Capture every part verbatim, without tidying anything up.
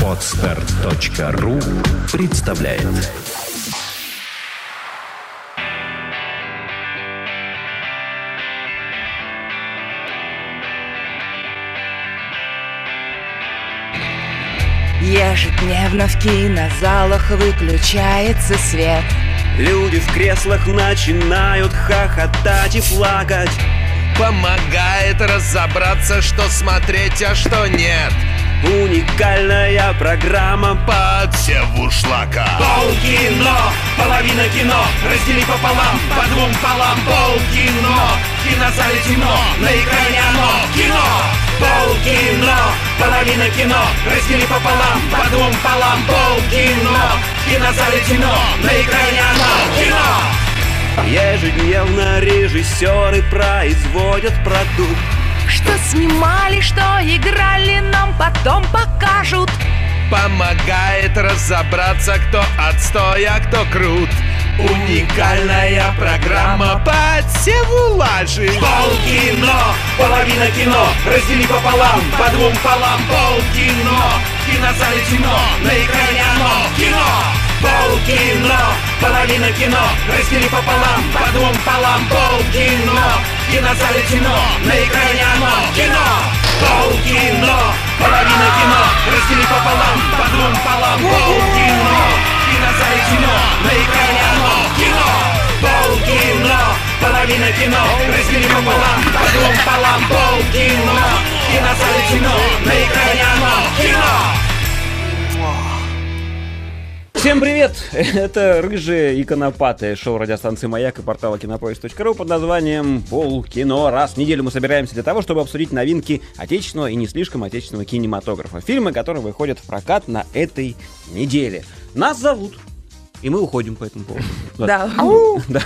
Подстер точка ру представляет. Ежедневно в кинозалах выключается свет. Люди в креслах начинают хохотать и плакать. Помогает разобраться, что смотреть, а что нет. Уникальная программа «Подсев Ушлака». Полкино, половина кино, раздели пополам, по двум полам. Полкино, в кинозале темно, на экране оно. Кино, полкино, половина кино, раздели пополам, по двум полам. Полкино, в кинозале темно, на экране оно. Кино. Ежедневно режиссеры производят продукт. Что снимали, что играли, нам потом покажут. Помогает разобраться, кто отстой, а кто крут. Уникальная программа «Подсев Улажи». Полкино, половина кино, раздели пополам, по двум полам. Полкино, в кинозале темно, на экране оно. Кино, полкино, половина кино, раздели пополам, по двум полам. Полкино, в кинозале темно, на экране оно. Кино, полкино, половина кино, раздели пополам, по двум полам. Полкино, в кинозале темно, на экране оно. Кино, полкино, половина кино, раздели пополам, по двум полам. Полкино, в кинозале темно, на экране оно. Кино. Всем привет! Это рыжие и конопатые шоу радиостанции «Маяк» и портала кинопоиск точка ру под названием «Полкино». Раз в неделю мы собираемся для того, чтобы обсудить новинки отечественного и не слишком отечественного кинематографа. Фильмы, которые выходят в прокат на этой неделе. Нас зовут, и мы уходим по этому поводу. Да. Да.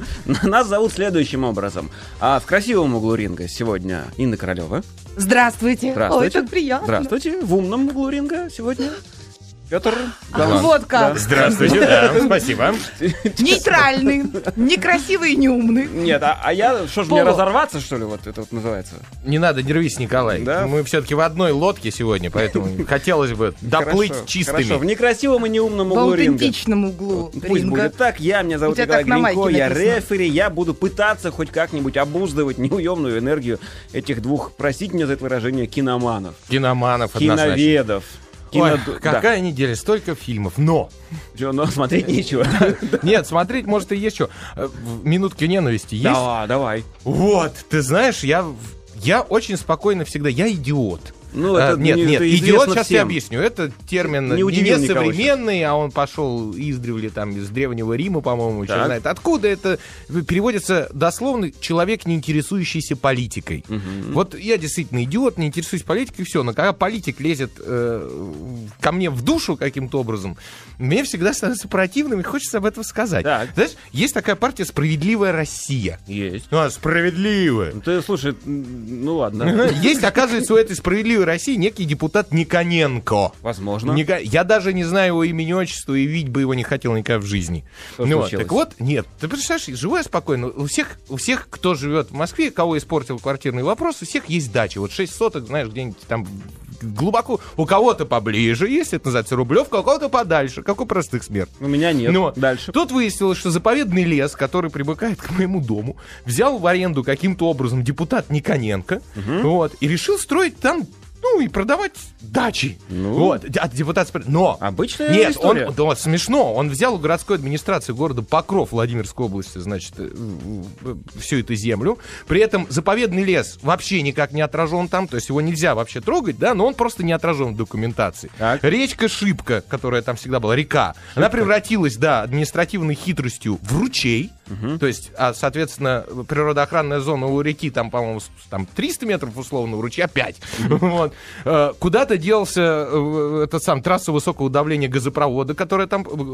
Нас зовут следующим образом. А в красивом углу ринга сегодня Инна Королева. Здравствуйте. Здравствуйте. Ой, так приятно. Здравствуйте. В умном углу ринга сегодня Петр. А, вот как. Здравствуйте, да, спасибо. Нейтральный, некрасивый и неумный. Нет, а, а я, что ж, мне разорваться, что ли, вот это вот называется? Не надо, не рвись, Николай. Да? Мы все-таки в одной лодке сегодня, поэтому хотелось бы доплыть Хорошо, чистыми. Хорошо, в некрасивом и неумном В углу ринга. аутентичном углу Пусть ринга. будет так. Я, меня зовут У тебя Николай так на Гринько, майке я написано. рефери, я буду пытаться хоть как-нибудь обуздывать неуемную энергию этих двух, простите меня за это выражение, киноманов, Киноманов однозначно. киноведов. Ой, киноду- какая неделя, столько фильмов, но... Чё, но смотреть нечего. Нет, смотреть, может, и есть что. Э, в Минутки ненависти есть? Да, давай. Вот, ты знаешь, я, я очень спокойно всегда, я идиот. Ну, А, это нет, не- нет, это идиот, известно сейчас я всем. объясню. Это термин Не не, удивил никого современный, а он пошел издревле там из Древнего Рима, по-моему, черт Так. знает. Откуда это переводится дословно «человек, не интересующийся политикой». Вот я действительно идиот, не интересуюсь политикой, все. Но когда политик лезет э, ко мне в душу каким-то образом, мне всегда становится противным и хочется об этом сказать. Так. Знаешь, есть такая партия «Справедливая Россия». Есть. А, справедливая. Ну, Ты, слушай, м, ну ладно. Есть, оказывается, у этой «Справедливой России» некий депутат Никоненко. Возможно. Ника- Я даже не знаю его имени, отчества, и видеть бы его не хотел никогда в жизни. Что Ну вот, случилось? так вот, нет, ты представляешь, живу я спокойно. У всех, у всех, кто живет в Москве, кого испортил квартирный вопрос, у всех есть дача. Вот шесть соток, знаешь, где-нибудь там глубоко. У кого-то поближе есть, это называется Рублевка, у кого-то подальше, как у простых смертных. У меня нет. Ну вот. Дальше. Тут выяснилось, что заповедный лес, который примыкает к моему дому, взял в аренду каким-то образом депутат Никоненко, вот, и решил строить там, ну, и продавать дачи. Ну. Вот. А депутат спрашивает, но... Обычная Нет, история. он, да, вот смешно. Он взял у городской администрации города Покров Владимирской области, значит, э, э, всю эту землю. При этом заповедный лес вообще никак не отражен там, то есть его нельзя вообще трогать, да, но он просто не отражен в документации. Так. Речка Шипка, которая там всегда была, река, она превратилась, да, административной хитростью в ручей. То есть, а, соответственно, природоохранная зона у реки там, по-моему, с- там триста метров условно, у ручья пять. Вот. Э, Куда-то делся э, этот сам трасса высокого давления газопровода, которая там э,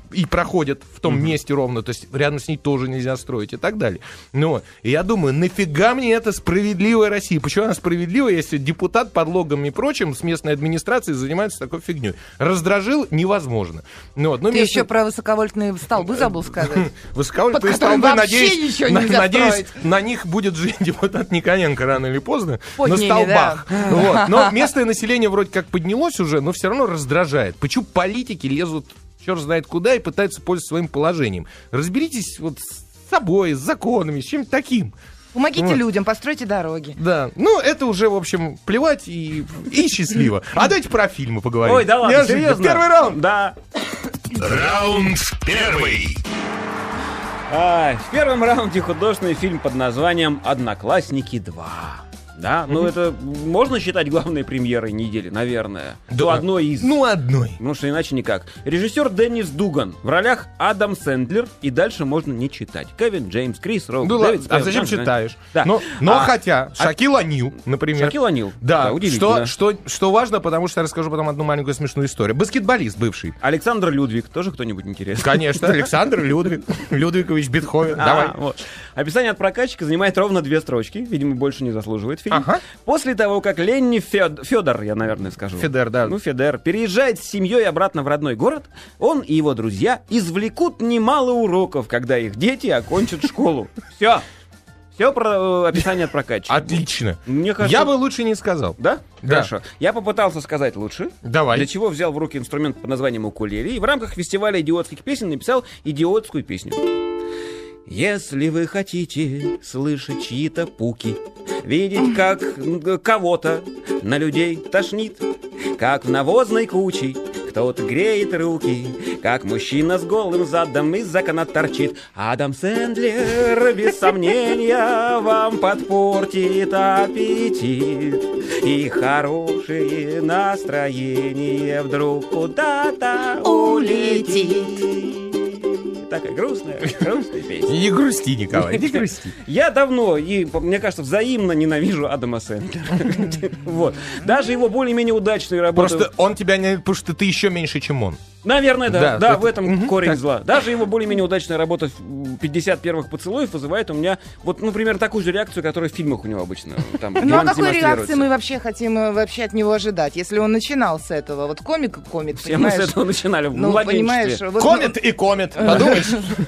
и проходят в том mm-hmm. месте ровно, то есть рядом с ней тоже нельзя строить и так далее. Но я думаю, нафига мне это справедливая Россия? Почему она справедливая, если депутат подлогом и прочим с местной администрацией занимается такой фигней? Раздражил? Невозможно. Ну, вот, но Ты местные... еще про высоковольтные столбы забыл сказать. Высоковольтные столбы, надеюсь, на, надеюсь на них будет жить депутат Никоненко рано или поздно. Под на ними, столбах. да. Вот. Но местное население вроде как поднялось уже, но все равно раздражает. Почему политики лезут черт знает куда и пытаются пользоваться своим положением? Разберитесь вот с собой, с законами, с чем-то таким. Помогите Вот. людям, постройте дороги. Да, ну это уже, в общем, плевать и, и счастливо. А давайте про фильмы поговорим. Ой, да ладно, Неожиданно. серьезно? Первый раунд. Да. Раунд первый. А, в первом раунде художественный фильм под названием «Одноклассники два». Да, ну это можно считать главной премьерой недели, наверное. Да. Ну, одной из. Ну, одной. Ну, что иначе никак. Режиссер Деннис Дуган. В ролях Адам Сэндлер. И дальше можно не читать. Кевин Джеймс, Крис Роук, Ну, Дэвид ладно, а Спелл, зачем Джон- читаешь? Да. Но, но А- хотя, Шакил О'Нил, например. Шакил О'Нил. Да, удивительно. что, что, что важно, потому что я расскажу потом одну маленькую смешную историю. Баскетболист бывший. Александр Людвиг. Тоже кто-нибудь интересный? Конечно, Александр Людвиг, Людвигович Бетховен. А, Давай. вот. Описание от прокатчика занимает ровно две строчки. Видимо, больше не заслуживает фильм. Ага. После того, как Ленни Фед... Федор, я, наверное, скажу. Федер, да. Ну, Федер переезжает с семьей обратно в родной город, он и его друзья извлекут немало уроков, когда их дети окончат школу. Все. Все про э, описание от прокатчика. Отлично. Мне кажется... Я бы лучше не сказал. Да? Да. Хорошо. Я попытался сказать лучше. Давай. Для чего взял в руки инструмент под названием укулеле и в рамках фестиваля идиотских песен написал идиотскую песню. Если вы хотите слышать чьи-то пуки, видеть, как м, кого-то на людей тошнит, как в навозной куче кто-то греет руки, как мужчина с голым задом из окна торчит, Адам Сэндлер, без сомнения, вам подпортит аппетит, и хорошее настроение вдруг куда-то улетит. Такая грустная, грустная песня. Не грусти, Николай, не грусти. Я давно и, мне кажется, взаимно ненавижу Адама Сэндлера. Вот. Даже его более-менее удачные работы... Просто он тебя не... Потому что ты еще меньше, чем он. Наверное, да. Да, Да, это- в этом Мгм, корень так. зла. Даже его более-менее удачная работа в пятьдесят первых поцелуев вызывает у меня, вот, ну, примерно такую же реакцию, которая в фильмах у него обычно. Там, Ну а Диван какой реакции демонстрируется. мы вообще хотим э, вообще от него ожидать, если он начинал с этого? Вот комик и комик, Все мы с понимаешь? этого начинали в Ну, понимаешь, младенчестве. вот, Комет и комет, подумаешь.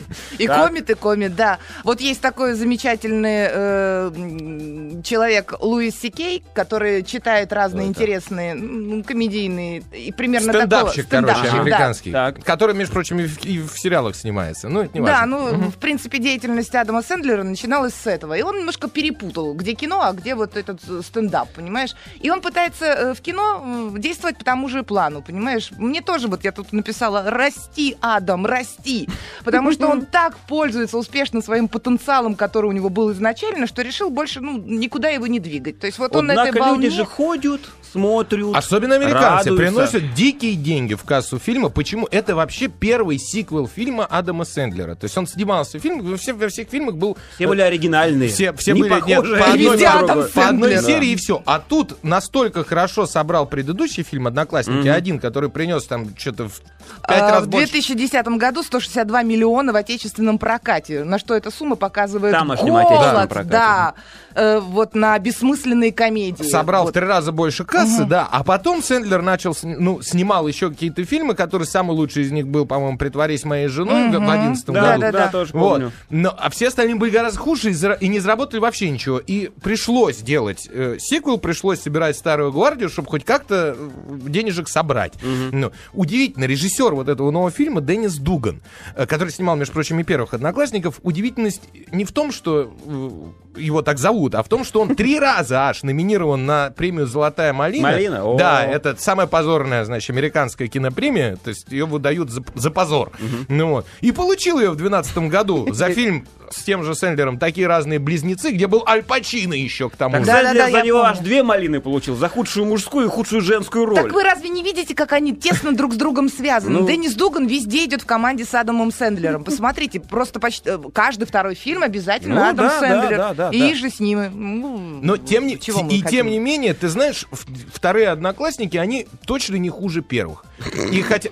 и Так. комит, и комит, да. Вот есть такой замечательный э, м, человек Луис Си Кей, который читает разные интересные м, комедийные и примерно Стендапчик, такого... короче, стендапчик, да. американский. Так. Который, между прочим, и в, и в сериалах снимается. Ну, это не Да, важно. ну, в принципе, деятельность Адама Сэндлера начиналась с этого. И он немножко перепутал, где кино, а где вот этот э, стендап, понимаешь? И он пытается э, в кино э, действовать по тому же плану, понимаешь? Мне тоже, вот я тут написала, расти, Адам, расти. Потому что он так пользуется успешно своим потенциалом, который у него был изначально, что решил больше, ну, никуда его не двигать. То есть вот он на Однако этой волне... люди же ходят, смотрят, Особенно американцы радуются. приносят дикие деньги в кассу фильма. Почему? Это вообще первый сиквел фильма Адама Сэндлера. То есть он снимался в фильме, во, все- во всех фильмах был... Все были оригинальные. Все, все не были нет, похожие. по одной, Везде Адам по одной Сэндлер. серии и все. А тут настолько хорошо собрал предыдущий фильм «Одноклассники один», который принес там что-то в пять А, раз в больше. две тысячи десятом году сто шестьдесят два миллиона в отечественном прокате. На что эта сумма показывает Тамошнем голод, отечественном прокате. да, э, вот на бессмысленные комедии. Собрал Вот. в три раза больше кассы, да. А потом Сэндлер начал, сни- ну, снимал еще какие-то фильмы, которые самый лучший из них был, по-моему, «Притворись моей женой» в одиннадцатом Да, году. да, Да-да-да. тоже Вот. помню. Но, а все остальные были гораздо хуже и, зара- и не заработали вообще ничего. И пришлось делать э, сиквел, пришлось собирать «Старую гвардию», чтобы хоть как-то э, денежек собрать. Ну, удивительно, режиссер вот этого нового фильма Деннис Дуган, э, который снимал, между прочим, и первых «Одноклассников», удивительность не в том, что э, его так зовут, а в том, что он три раза аж номинирован на премию «Золотая малина». Малина? О. Да, это самая позорная, значит, американская кинопремия, то есть ее выдают за, за позор. Ну вот. И получил ее в двенадцатом году за фильм с тем же Сэндлером «Такие разные близнецы», где был Аль Пачино еще к тому Так же. Да, Сэндлер да, за я него помню. аж две малины получил. За худшую мужскую и худшую женскую роль. Так вы разве не видите, как они тесно друг с другом связаны? Ну. Деннис Дуган везде идет в команде с Адамом Сэндлером. Посмотрите, просто почти э, каждый второй фильм обязательно Ну, Адам да, Сэндлер. да, да, да, и да. же с ними. Ну, Но тем не, чего мы и хотим? тем не менее, ты знаешь, в- вторые «Одноклассники», они точно не хуже первых. И хотя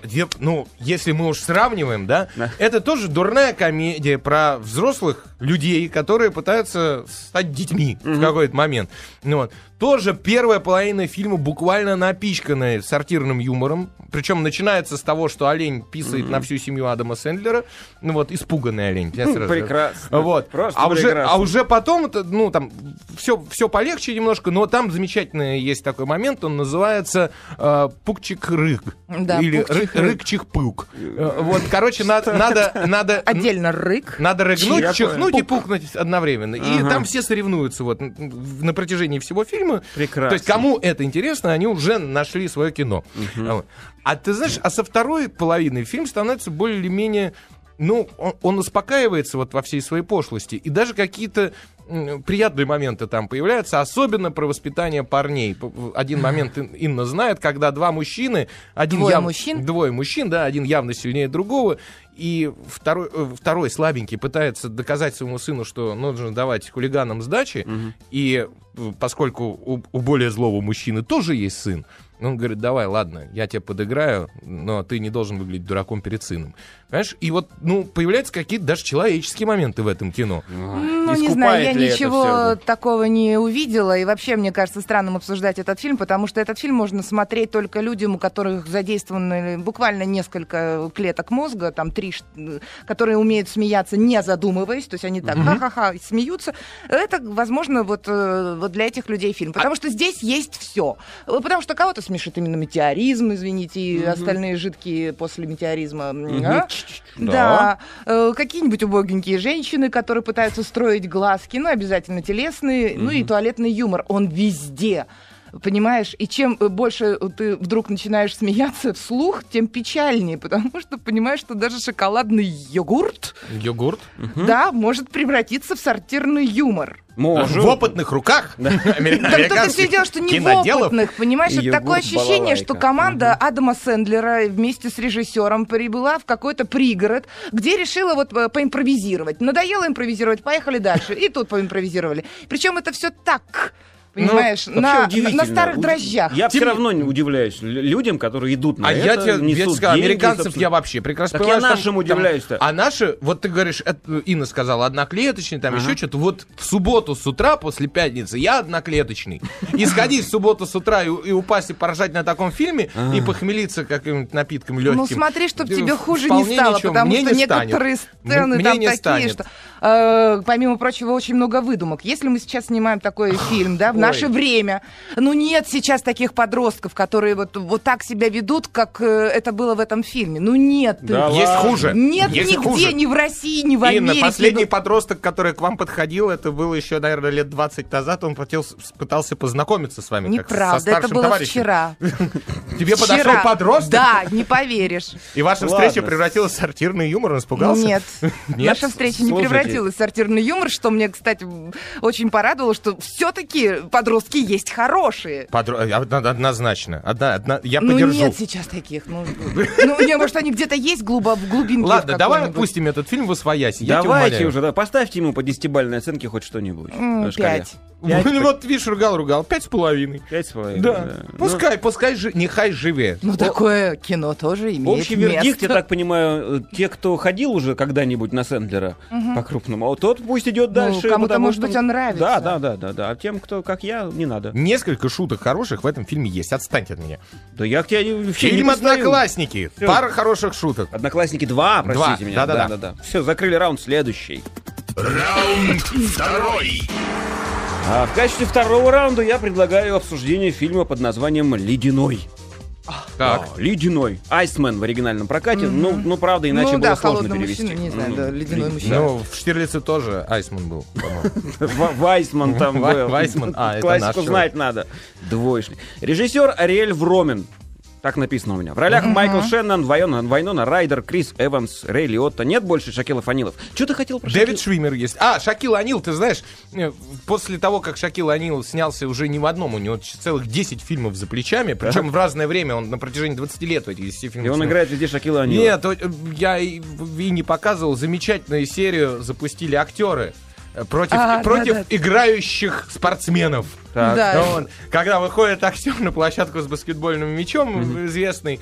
ну, если мы уж сравниваем, да, да, это тоже дурная комедия про взрослых людей, которые пытаются стать детьми mm-hmm. в какой-то момент. Ну, вот. Тоже первая половина фильма буквально напичканная сортирным юмором. Причем начинается с того, что олень писает mm-hmm. на всю семью Адама Сэндлера. Ну вот, испуганный олень. Прекрасно. Вот. А, уже, а уже потом, ну там, все, все полегче немножко, но там замечательный есть такой момент, он называется э, Пукчик-рык. Да, или Рык-чих-пук. Вот, короче, надо... надо, надо Отдельно рык. Надо рыгнуть, чихнуть и пукнуть одновременно. И там все соревнуются вот на протяжении всего фильма. Прекрасно. То есть, кому это интересно, они уже нашли свое кино. Uh-huh. А ты знаешь, а со второй половины фильм становится более-менее... Ну, он, он успокаивается вот во всей своей пошлости. И даже какие-то м, приятные моменты там появляются, особенно про воспитание парней. Один момент Инна знает, когда два мужчины... Один двое яв... мужчин? Двое мужчин, да, один явно сильнее другого. И второй, второй слабенький пытается доказать своему сыну, что нужно давать хулиганам сдачи. Угу. И поскольку у, у более злого мужчины тоже есть сын, он говорит, давай, ладно, я тебе подыграю, но ты не должен выглядеть дураком перед сыном. Понимаешь? И вот, ну, появляются какие-то даже человеческие моменты в этом кино. Ну, не знаю, я ничего такого не увидела. И вообще, мне кажется, странным обсуждать этот фильм, потому что этот фильм можно смотреть только людям, у которых задействованы буквально несколько клеток мозга, там три, которые умеют смеяться, не задумываясь, то есть они так ха-ха-ха смеются. Это, возможно, вот, вот для этих людей фильм. Потому что здесь есть все. Потому что кого-то смешит именно метеоризм, извините, и mm-hmm. остальные жидкие после метеоризма. Mm-hmm. А? Да. да. Какие-нибудь убогенькие женщины, которые пытаются строить глазки, ну, обязательно телесные, mm-hmm. ну и туалетный юмор. Он везде. Понимаешь? И чем больше ты вдруг начинаешь смеяться вслух, тем печальнее, потому что понимаешь, что даже шоколадный йогурт, йогурт? Да, может превратиться в сортирный юмор. Может. В опытных руках американских Да, ты все дело, что не в опытных, понимаешь? Это такое ощущение, что команда Адама Сэндлера вместе с режиссером прибыла в какой-то пригород, где решила вот поимпровизировать. Надоело импровизировать, поехали дальше. И тут поимпровизировали. Причем это все так... Понимаешь, ну, на, на старых дрожжах. Я Тем... все равно не удивляюсь людям, которые идут на а это, я тебе, несут я тебе сказал, деньги, американцев собственно. Я вообще прекрасно так понимаю. Я нашим удивляюсь-то. А наши, вот ты говоришь, это, Инна сказала, одноклеточный, там ага. еще что-то. Вот в субботу с утра, после пятницы, я одноклеточный. И сходить в субботу с утра и, и упасть и поржать на таком фильме, ага. и похмелиться каким-нибудь напитком легким. Ну смотри, чтобы тебе хуже не стало, ничего. потому Мне что некоторые сцены Мне там не такие, станет. что, э, помимо прочего, очень много выдумок. Если мы сейчас снимаем такой фильм, да, в Ой. наше время, ну нет сейчас таких подростков, которые вот, вот так себя ведут, как э, это было в этом фильме. Ну нет. Да есть хуже. Нет есть нигде, хуже. ни в России, ни в Америке. Инна, последний ну... подросток, который к вам подходил, это было еще, наверное, лет двадцать назад, он хотел, пытался познакомиться с вами. Неправда, как со это было товарищем. Вчера. Тебе подошел подросток? Да, не поверишь. И ваша встреча превратилась в сортирный юмор, он испугался? Нет. Наша встреча не превратилась в сортирный юмор, что мне, кстати, очень порадовало, что все-таки подростки есть хорошие. Однозначно. Одна, одна, я ну, подержу. нет сейчас таких. Ну, ну не, может, они где-то есть глубо, в глубинке. Ладно, давай отпустим этот фильм в освояси. Давайте уже, да. Поставьте ему по десятибалльной оценке хоть что-нибудь. Mm, пять. Ну вот, видишь, ругал-ругал. Пять с половиной. Пять с половиной, да. да. Пускай, ну, пускай, жи, нехай живет. Ну, такое кино тоже имеет Общий место. вердикт, я так понимаю, те, кто ходил уже когда-нибудь на Сэндлера угу. по-крупному, а тот пусть идет дальше. Ну, кому-то, может что... быть, он нравится. Да, да, да, да, да. А тем, кто, как я, не надо. Несколько шуток хороших в этом фильме есть. Отстаньте от меня. Да я к тебе вообще Фильм не «Одноклассники». Все. Пара хороших шуток. «Одноклассники два», простите два. меня. Да-да-да. Да, да, да. Все, закрыли раунд, следующий. Раунд второй. А в качестве второго раунда я предлагаю обсуждение фильма под названием «Ледяной». Так. А, «Ледяной». «Айсмен» в оригинальном прокате. Mm-hmm. Ну, ну, правда, иначе ну, было да, сложно перевести. Мужчина, не знаю, да, «Ледяной мужчина». Ну, в «Штирлице» тоже Айсман был, по-моему. Вайсман там был. Вайсман, а, это классику знать надо. Двоечник. Режиссер Ариэль Вромен. Так написано у меня. В ролях uh-huh. Майкл Шеннон, Вайнона, Вайнона Райдер, Крис Эванс, Рэй Лиотта. Нет больше Шакила Фанилов. Что ты хотел про Шакила? Дэвид Швиммер есть. А, Шакил О'Нил, ты знаешь, после того, как Шакил О'Нил снялся уже не в одном, у него целых десять фильмов за плечами, причем uh-huh. в разное время, он на протяжении двадцати лет в этих десяти фильмах. И он снял. Играет везде Шакила О'Нила. Нет, я и, и не показывал. Замечательную серию запустили актеры. Против, А, против да, да. играющих спортсменов. Так. Да. Вот. Когда выходит актер на площадку с баскетбольным мячом, mm-hmm. известный,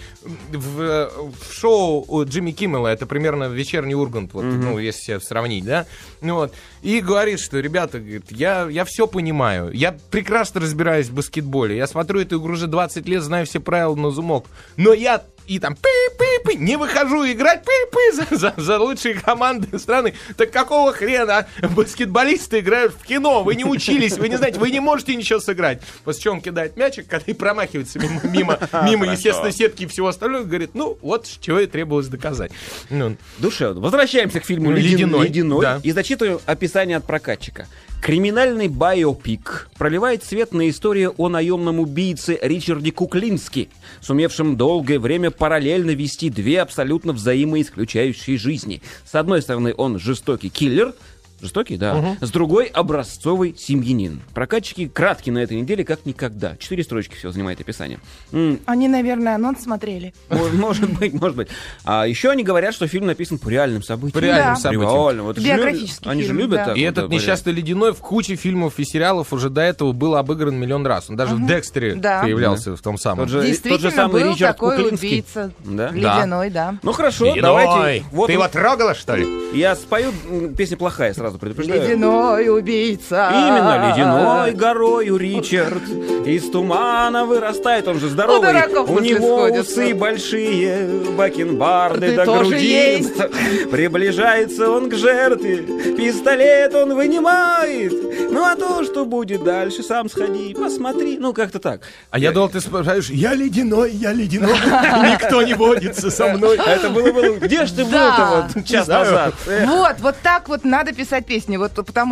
в, в шоу у Джимми Киммела, это примерно вечерний Ургант, вот, mm-hmm. ну, если себе сравнить, да, ну, вот, и говорит, что, ребята, говорит, я, я все понимаю, я прекрасно разбираюсь в баскетболе, я смотрю эту игру уже двадцать лет, знаю все правила на зумок, но я и там пы-пы-пы, не выхожу играть пы-пы за, за, за лучшие команды страны. Так какого хрена баскетболисты играют в кино? Вы не учились, вы не знаете, вы не можете ничего сыграть. После чего он кидает мячик, когда и промахивается мимо, мимо, мимо естественно, сетки и всего остального, говорит, ну, вот чего и требовалось доказать. Ну. Душевно. Возвращаемся к фильму «Ледяной». «Ледяной». Да. И зачитываю описание от прокатчика. Криминальный байопик проливает свет на историю о наемном убийце Ричарде Куклински, сумевшем долгое время параллельно вести две абсолютно взаимоисключающие жизни. С одной стороны, он жестокий киллер, жестокий, да. Угу. С другой — образцовый семьянин. Прокатчики краткие на этой неделе как никогда. Четыре строчки всего занимает описание. М- Они, наверное, анонс смотрели. Может быть, может быть. А еще они говорят, что фильм написан по реальным событиям. По реальным Да. событиям. Реально. Вот Биографический они же фильм, любят да. так. И вот, этот да, несчастный «Ледяной» в куче фильмов и сериалов уже до этого был обыгран миллион раз. Он даже в «Декстере» Да. появлялся в том самом. Тот же, тот Действительно же самый был Ричард такой Куклинский. убийца. Да? Ледяной, да. Ну хорошо, «Ледяной». давайте. Вот Ты он. его трогала, что ли? Я спою, м, песня плохая, сразу предупреждаю. Ледяной убийца. Именно ледяной горою Ричард из тумана вырастает. Он же здоровый. У дураков У мысли него сходятся. усы большие, бакенбарды Ты до тоже груди. есть. Приближается он к жертве, пистолет он вынимает. Ну а то, что будет дальше, сам сходи, посмотри. Ну как-то так. А я думал, ты спрашиваешь, я ледяной, я ледяной, никто не водится со мной. А это было, было. Где ж ты Да. был-то вот час знаю. назад? Эх. Вот, вот так вот надо писать песни. Вот потому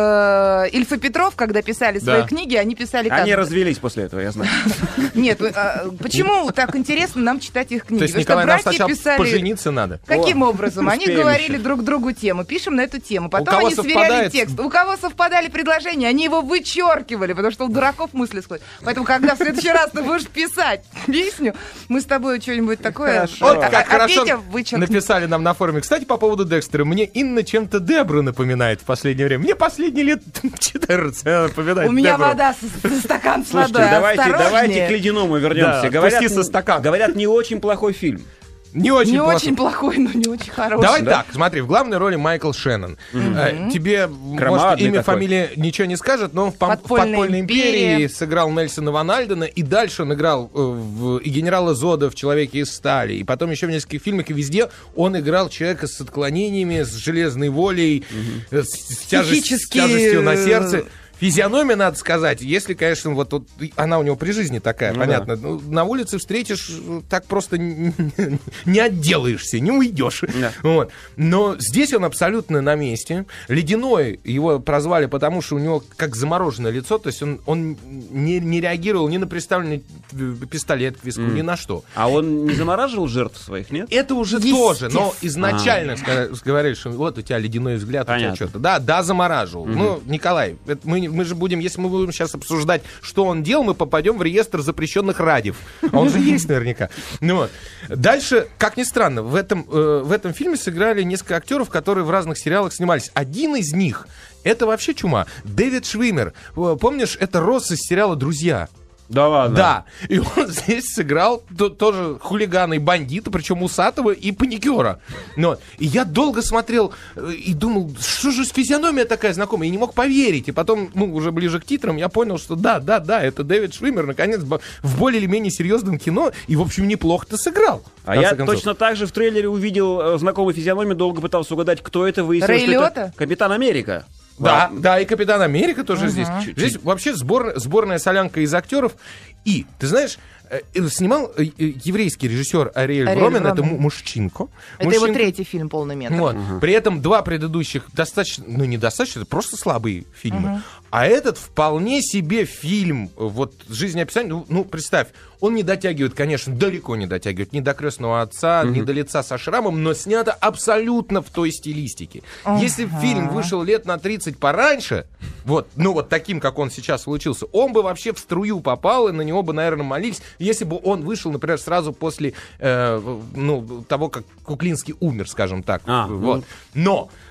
что э, Ильф и Петров, когда писали свои Да. книги, они писали как? Они развелись после этого, я знаю. Нет, э, почему так интересно нам читать их книги? То есть, Потому Николай, что нам братья сначала писали... пожениться надо. Каким О, образом? Они успеем говорили еще. друг другу тему, пишем на эту тему. Потом кого они сверяли совпадает? текст. У кого совпадали предложения, они его вычеркивали, потому что у дураков мысли сходят. Поэтому, когда в следующий раз ты будешь писать песню, мы с тобой что-нибудь такое... Хорошо. Вот А- как а хорошо Петя вычеркнет. написали нам на форуме. Кстати, по поводу Декстера. Мне Инна чем-то Дебру напоминает в последнее время. Мне последние лет четырнадцать напоминает У меня Дебру. вода, со- со- стакан с Слушайте, водой. давайте, Осторожнее. давайте к ледяному вернемся. Да, говорят, пусти со стакана. говорят, не очень плохой фильм. Не очень Не плохо. очень плохой, но не очень хороший. Давай да? так, смотри, в главной роли Майкл Шеннон. Э, тебе, может, Громадный имя, такой. фамилия ничего не скажет, но он в, пом- в «Подпольной «Подпольной империи» империи» сыграл Нельсона Ван Альдена, и дальше он играл э, в, и генерала Зода в «Человеке из стали», и потом еще в нескольких фильмах, и везде он играл человека с отклонениями, с железной волей, э, с, с тяжесть- с Психически, тяжестью на э, сердце. Физиономия, надо сказать, если, конечно, вот, вот она у него при жизни такая, Ну понятно. Ну, на улице встретишь, так просто не, не отделаешься, не уйдешь. Да. Вот. Но здесь он абсолютно на месте. Ледяной его прозвали, потому что у него как замороженное лицо, то есть он, он не, не реагировал ни на приставленный пистолет к виску, Mm. ни на что. А он не замораживал жертв своих, нет? Это уже Естественно. тоже, но изначально ска- говорили, что вот у тебя ледяной взгляд, у тебя Понятно. что-то. Да, да, замораживал. Ну, Николай, это мы, мы же будем, если мы будем сейчас обсуждать, что он делал, мы попадем в реестр запрещенных радиев. А он же есть наверняка. Ну вот. Дальше, как ни странно, в этом, э, в этом фильме сыграли несколько актеров, которые в разных сериалах снимались. Один из них, это вообще чума. Дэвид Швиммер. Э, Помнишь, это Росс из сериала «Друзья». Да ладно. Да, и он здесь сыграл то- тоже хулигана и бандита, причем усатого и паникера. Но, и я долго смотрел э, и думал, что же с физиономия такая знакомая, и не мог поверить. И потом, ну, уже ближе к титрам, я понял, что да, да, да, это Дэвид Швиммер, наконец, бо- в более или менее серьезном кино, и, в общем, неплохо-то сыграл. в А конце я концов. точно так же в трейлере увидел э, знакомую физиономию, долго пытался угадать, кто это, выяснилось, Рэй что Лиотта? это Капитан Америка. Да, да, и Капитан Америка тоже здесь. Здесь вообще сбор, сборная солянка из актеров. И, ты знаешь, э, э, снимал э, э, еврейский режиссер Ариэль Ариэль Вромен, это Вромен. му- Мужчинко. Это его Мужчинко- третий фильм «Полный метр». Вот. При этом два предыдущих достаточно, ну не достаточно, это просто слабые фильмы. А этот вполне себе фильм, вот жизнеописание, ну, ну представь, он не дотягивает, конечно, далеко не дотягивает ни до «Крестного отца», ни до «Лица со шрамом», но снято абсолютно в той стилистике. Если б фильм вышел лет на тридцать пораньше, вот, ну вот таким, как он сейчас получился, он бы вообще в струю попал, и на него бы, наверное, молились. Если бы он вышел, например, сразу после э, ну, того, как Куклинский умер, скажем так. А, вот. ну. Но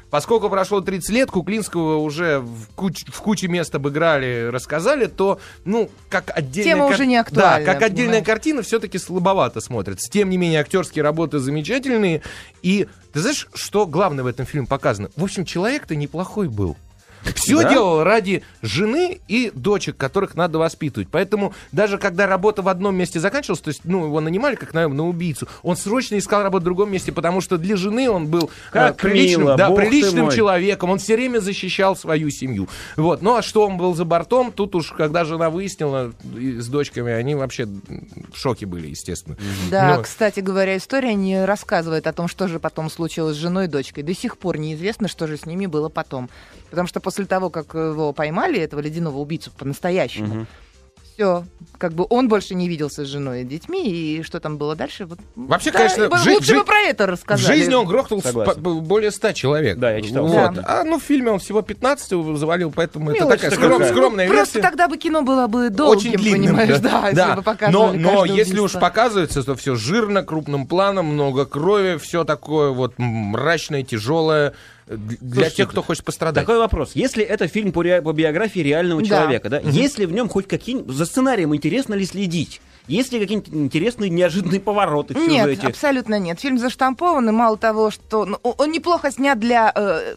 поскольку прошло тридцать лет, Куклинского уже в, куч, в куче мест обыграли, рассказали, то, ну, как отдельная... Тема кар... уже не актуальна. Да, как отдельная понимаешь? картина все-таки слабовато смотрится. Тем не менее, актерские работы замечательные. И ты знаешь, что главное в этом фильме показано? В общем, человек-то неплохой был. Все Да? делал ради жены и дочек, которых надо воспитывать. Поэтому даже когда работа в одном месте заканчивалась, то есть, ну, его нанимали как на, на убийцу, он срочно искал работу в другом месте, потому что для жены он был Как э, приличным, мило, да, бог ты приличным мой. человеком. Он все время защищал свою семью. Вот. Ну, а что он был за бортом, тут уж, когда жена выяснила и с дочками, они вообще в шоке были, естественно. Да, Ну, кстати говоря, история не рассказывает о том, что же потом случилось с женой и дочкой. До сих пор неизвестно, что же с ними было потом. Потому что после того, как его поймали, этого ледяного убийцу по-настоящему, Мгм. все, как бы он больше не виделся с женой и детьми, и что там было дальше? Вот, Вообще, да, конечно, и в жи- лучше жи- бы про это В рассказали. жизни он грохнул Согласен. с- по- более ста человек. Да, я читал. Вот. Да. А ну в фильме он всего пятнадцать его завалил, поэтому это Мелочь такая такая. скром- Ну, скромная Просто версия. тогда бы кино было бы Очень долгим, длинным, понимаешь, да, если бы но, показывали но каждое если уж убийство. показывается, то все жирно, крупным планом, много крови, все такое вот мрачное, тяжелое э, для Слушайте, тех, кто хочет пострадать. Такой вопрос. Если это фильм по, ре- по биографии реального Да. человека, да, если в нем хоть какие-нибудь... За сценарием интересно ли следить? Есть ли какие-нибудь интересные неожиданные повороты в Нет, сюжете? абсолютно нет. Фильм заштампован, и мало того, что... ну, он неплохо снят для... э,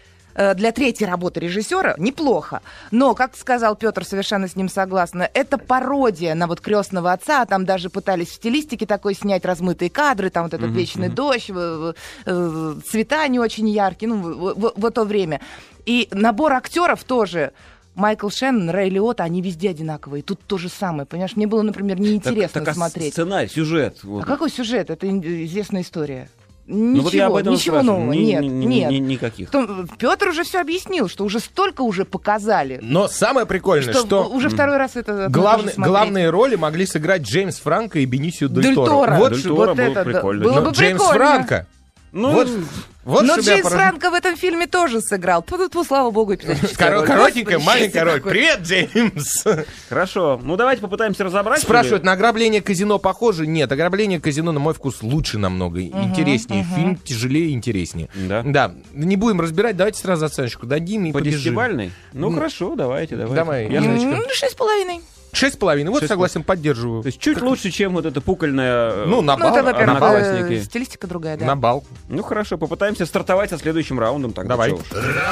э, Для третьей работы режиссера неплохо. Но, как сказал Петр, совершенно с ним согласна, это пародия на вот «Крестного отца». Там даже пытались в стилистике такой снять размытые кадры, там вот этот вечный дождь, э, э, цвета не очень яркие, ну, в, в- в то время. И набор актеров тоже. Майкл Шеннон, Рэй Лиотта, они везде одинаковые. Тут то же самое, понимаешь? Мне было, например, Так- неинтересно так, а смотреть. сценарий, сюжет. вот. А какой сюжет? Это ин- известная история. Ну Ничего, вот я об этом и ничего спрашиваю. нового. Ни- Нет, ни- ни- нет. ни- никаких. Петр уже все объяснил, что уже столько уже показали, Но самое прикольное, что, что, уже второй раз это одно главные, тоже смотреть. главные роли могли сыграть Джеймс Франко и Бенисио Дель Дель Торо. Торо. Вот, Дель что- Торо вот было это да, прикольно. было но бы Джеймс прикольно. Франко. Ну, Вот, вот Но что меня Джеймс поражает. Франко в этом фильме тоже сыграл. Тьфу-тьфу, слава богу, эпизодическая Коро- роль. коротенькая, Господи, маленькая счастье роль. какое. Привет, Джеймс. хорошо. Ну, давайте попытаемся разобрать. Спрашивают, или- на ограбление казино похоже? Нет, ограбление казино, на мой вкус, лучше намного, интереснее. Фильм тяжелее и интереснее. Да. Да, не будем разбирать, давайте сразу оценочку дадим и По побежим. десятибалльной? Ну, Ну, хорошо, давайте, давайте. давай. Я М, же- М, Шесть с половиной. Шесть с половиной, вот Шесть согласен, поддерживаю. То есть чуть лучше, чем вот эта пукольная... э, Ну, на Ну, бал, это, а на во-первых, бал, одноклассники. э, стилистика другая, да. на бал. Ну, хорошо, попытаемся стартовать со следующим раундом. Тогда Давай. чё уж.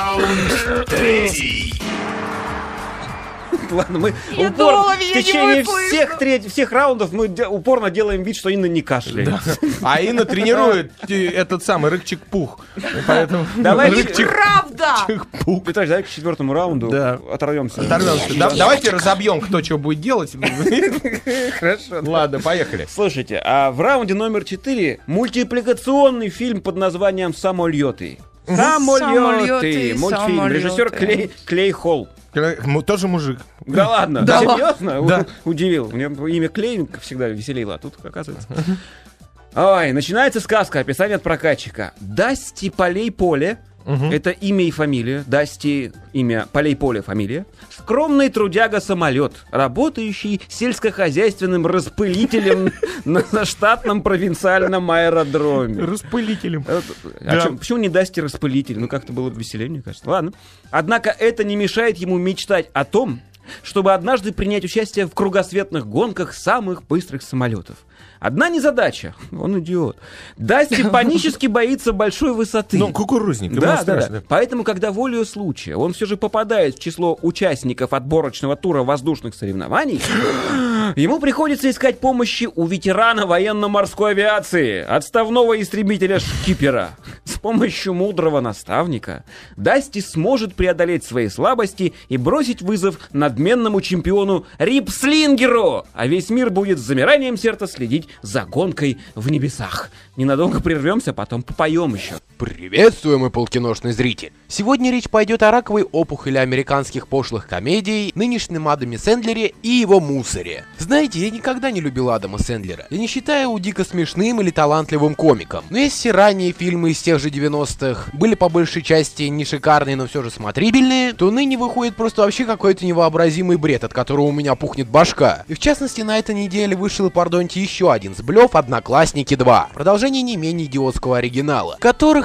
Раунд третий. Ладно, мы Я упор- думала, в меня не течение выслышно. всех, треть- всех раундов мы де- упорно делаем вид, что Инна не кашляет. А Инна тренирует э, этот самый рыкчик-пух. Поэтому Давайте- Правда! рыкчик-пух. Итак, давай к четвертому раунду Да. оторвемся. Оторвемся. Да- Давайте разобьем, кто что будет делать. Хорошо. Ладно, поехали. Слушайте, а в раунде номер четыре мультипликационный фильм под названием «Самолеты». Самолеты. Самолеты, Мультфильм. самолеты. Режиссер Клей, Клей Холл. М, Тоже мужик. Да ладно? Да. Серьезно? У- Да. Удивил. Мне имя Клей всегда веселило, а тут, оказывается... Ой, начинается сказка, описание от прокатчика. Дасти Полей Поле, это имя и фамилия, Дасти имя, Полей Поле фамилия. Скромный трудяга-самолет, работающий сельскохозяйственным распылителем на на штатном провинциальном аэродроме. Распылителем. А Да. чё- почему не Дасти распылитель? Ну, как-то было бы веселее, мне кажется. Ладно. Однако это не мешает ему мечтать о том, чтобы однажды принять участие в кругосветных гонках самых быстрых самолетов. Одна незадача. Он идиот. Дасти панически боится большой высоты. Ну, кукурузник. ему Да, да, страшно. да. Поэтому, когда волею случая он все же попадает в число участников отборочного тура воздушных соревнований, ему приходится искать помощи у ветерана военно-морской авиации, отставного истребителя Шкипера. С помощью мудрого наставника Дасти сможет преодолеть свои слабости и бросить вызов надменному чемпиону Рипслингеру, а весь мир будет с замиранием сердца следить за гонкой в небесах. Ненадолго прервемся, потом попоем еще. Приветствую, мой полкиношный зритель! Сегодня речь пойдет о раковой опухоли американских пошлых комедий, нынешнем Адаме Сэндлере и его мусоре. Знаете, я никогда не любил Адама Сэндлера. Я не считаю его дико смешным или талантливым комиком. Но если ранние фильмы из тех же девяностых были по большей части не шикарные, но все же смотрибельные, то ныне выходит просто вообще какой-то невообразимый бред, от которого у меня пухнет башка. И в частности, на этой неделе вышел, пардоньте, еще один сблев «Одноклассники два». Продолжение не менее идиотского оригинала, которых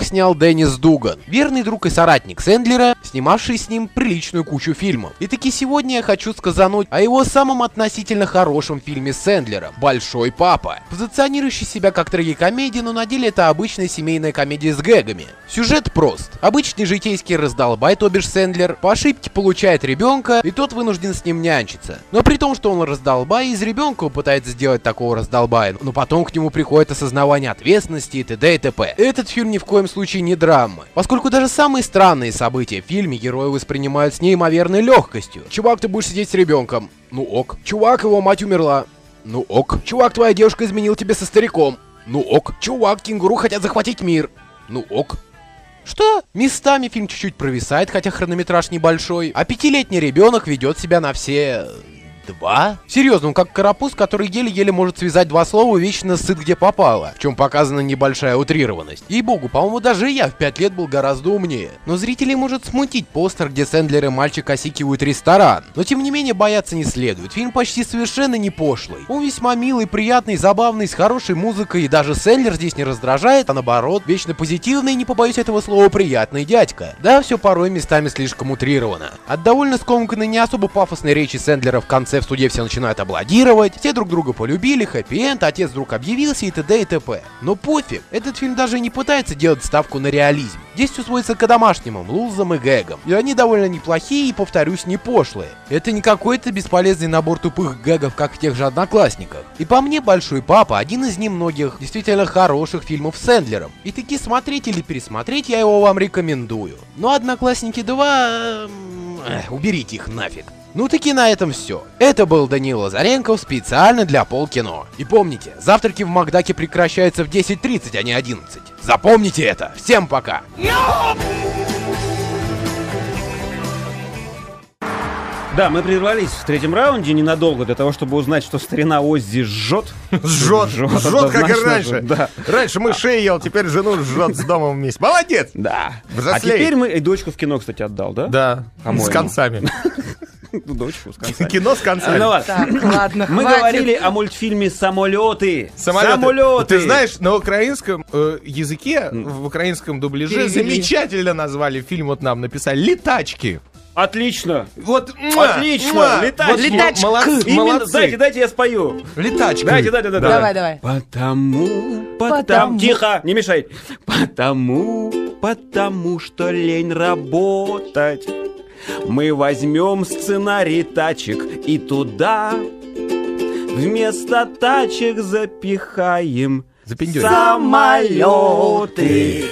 снял Деннис Дуган, верный друг и соратник Сэндлера, снимавший с ним приличную кучу фильмов. И таки сегодня я хочу сказануть о его самом относительно хорошем фильме Сэндлера «Большой папа», позиционирующий себя как трагикомедия, но на деле это обычная семейная комедия с гэгами. Сюжет прост. Обычный житейский раздолбай, то бишь Сэндлер, по ошибке получает ребенка, и тот вынужден с ним нянчиться. Но при том, что он раздолбай, из ребенка пытается сделать такого раздолбая, но потом к нему приходит осознавание ответственности и т.д. и т.п. Этот фильм ни в коем случае не драма, поскольку даже самые странные события в фильме герои воспринимают с неимоверной легкостью. Чувак, ты будешь сидеть с ребенком. Ну ок. Чувак, его мать умерла. Ну ок. Чувак, твоя девушка изменила тебе со стариком. Ну ок. Чувак, кенгуру хотят захватить мир. Ну ок. Что? Местами фильм чуть-чуть провисает, хотя хронометраж небольшой, а пятилетний ребенок ведет себя на все... Два? Серьезно, он как карапуз, который еле-еле может связать два слова и вечно сыт где попало, в чем показана небольшая утрированность. Ей-богу, по-моему, даже я в пять лет был гораздо умнее. Но зрителей может смутить постер, где Сэндлер и мальчик осикивают ресторан. Но тем не менее бояться не следует. Фильм почти совершенно не пошлый. Он весьма милый, приятный, забавный, с хорошей музыкой, и даже Сэндлер здесь не раздражает, а наоборот, вечно позитивный, не побоюсь этого слова, приятный дядька. Да, все порой местами слишком утрировано. От довольно скомканной, не особо пафосной речи Сэндлера в конце в суде все начинают аплодировать, все друг друга полюбили, хэппи-энд, отец вдруг объявился и т.д. и т.п. Но пофиг, этот фильм даже не пытается делать ставку на реализм. Здесь все сводится к домашнему лузам и гэгам. И они довольно неплохие и, повторюсь, не пошлые. Это не какой-то бесполезный набор тупых гэгов, как в тех же «Одноклассниках». И по мне, «Большой папа» один из немногих действительно хороших фильмов с Сэндлером. И таки смотреть или пересмотреть я его вам рекомендую. Но «Одноклассники два...» Эх, уберите их нафиг. Ну таки на этом все. Это был Даниил Лазаренков специально для Полкино. И помните, завтраки в Макдаке прекращаются в десять тридцать, а не одиннадцать. Запомните это. Всем пока. Да, мы прервались в третьем раунде ненадолго для того, чтобы узнать, что старина Оззи жжет. Жжет, жжет, как и раньше. Да. Раньше мышей ел, теперь жену жжет с домом вместе. Молодец! Да. Взрослей. А теперь мы и дочку в кино, кстати, отдал, да? Да, По-моему. с концами. Ну, дочку с концами. Кино с концами. Ну ладно. Так, ладно, Мы хватит. говорили о мультфильме «Самолеты». Самолеты. Самолеты. Ты знаешь, на украинском э, языке, в украинском дубляже Перевели. замечательно назвали фильм, вот нам написали «Летачки». Отлично. Вот, муа, Отлично. муа. Летачки. Вот, Летачки. молодцы, Именно, молодцы. дайте, дайте я спою. Летачки. Дайте, дайте, дайте. Давай, давай. Потому, потому, Потому. тихо, не мешай. Потому, потому что лень работать. Мы возьмем сценарий тачек и туда вместо тачек запихаем Запиндюрим. самолеты.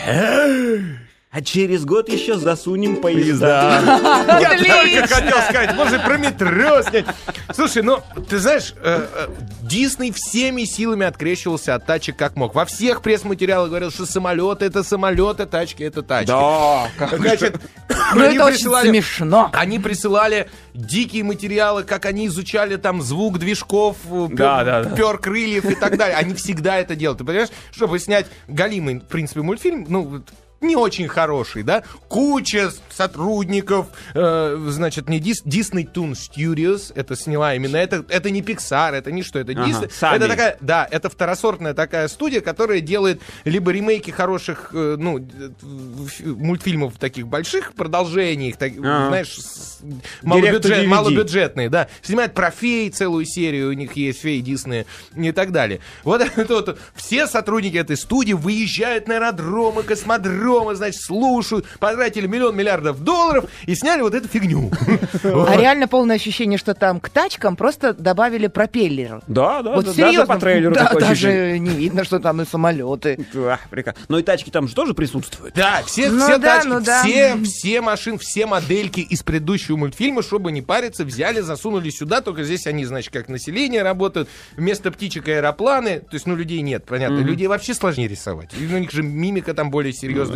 А через год еще засунем поезда. Я только хотел сказать, может про метро снять. Слушай, ну, ты знаешь, э, э, Дисней всеми силами открещивался от тачек как мог. Во всех пресс-материалах говорил, что самолеты это самолеты, тачки это тачки. Да, как Значит, Ну, они это очень присылали- смешно. Они присылали дикие материалы, как они изучали там звук движков, пер, Да, да, да. пер крыльев и так далее. Они всегда это делают. Ты понимаешь, чтобы снять галимый, в принципе, мультфильм, ну, вот, не очень хороший, да? Куча сотрудников, э, значит, не Дис, Disney Toon Studios это сняла именно. Это, это не Pixar, это не что, это Ага, Disney. сами. Это такая, да, это второсортная такая студия, которая делает либо ремейки хороших, э, ну, э, ф- мультфильмов таких больших, продолжений, их, так, Ага. знаешь, с- малобюджет- ди ви ди. малобюджетные, да. Снимают про фей целую серию, у них есть феи Диснея и так далее. Вот это вот, все сотрудники этой студии выезжают на аэродромы, космодромы, значит, слушают, потратили миллион миллиардов долларов и сняли вот эту фигню. А реально полное ощущение, что там к тачкам просто добавили пропеллер. Да, да, Вот да, серьезно, даже по трейлеру да, такое даже ощущение. не видно, что там и самолеты. Да, прекрасно. Но и тачки там же тоже присутствуют. Да, все, Ну все да, тачки, ну да. все, все машины, все модельки из предыдущего мультфильма, чтобы не париться, взяли, засунули сюда, только здесь они, значит, как население работают, вместо птичек аэропланы, то есть, ну, людей нет, понятно, людей вообще сложнее рисовать, и у них же мимика там более серьезная,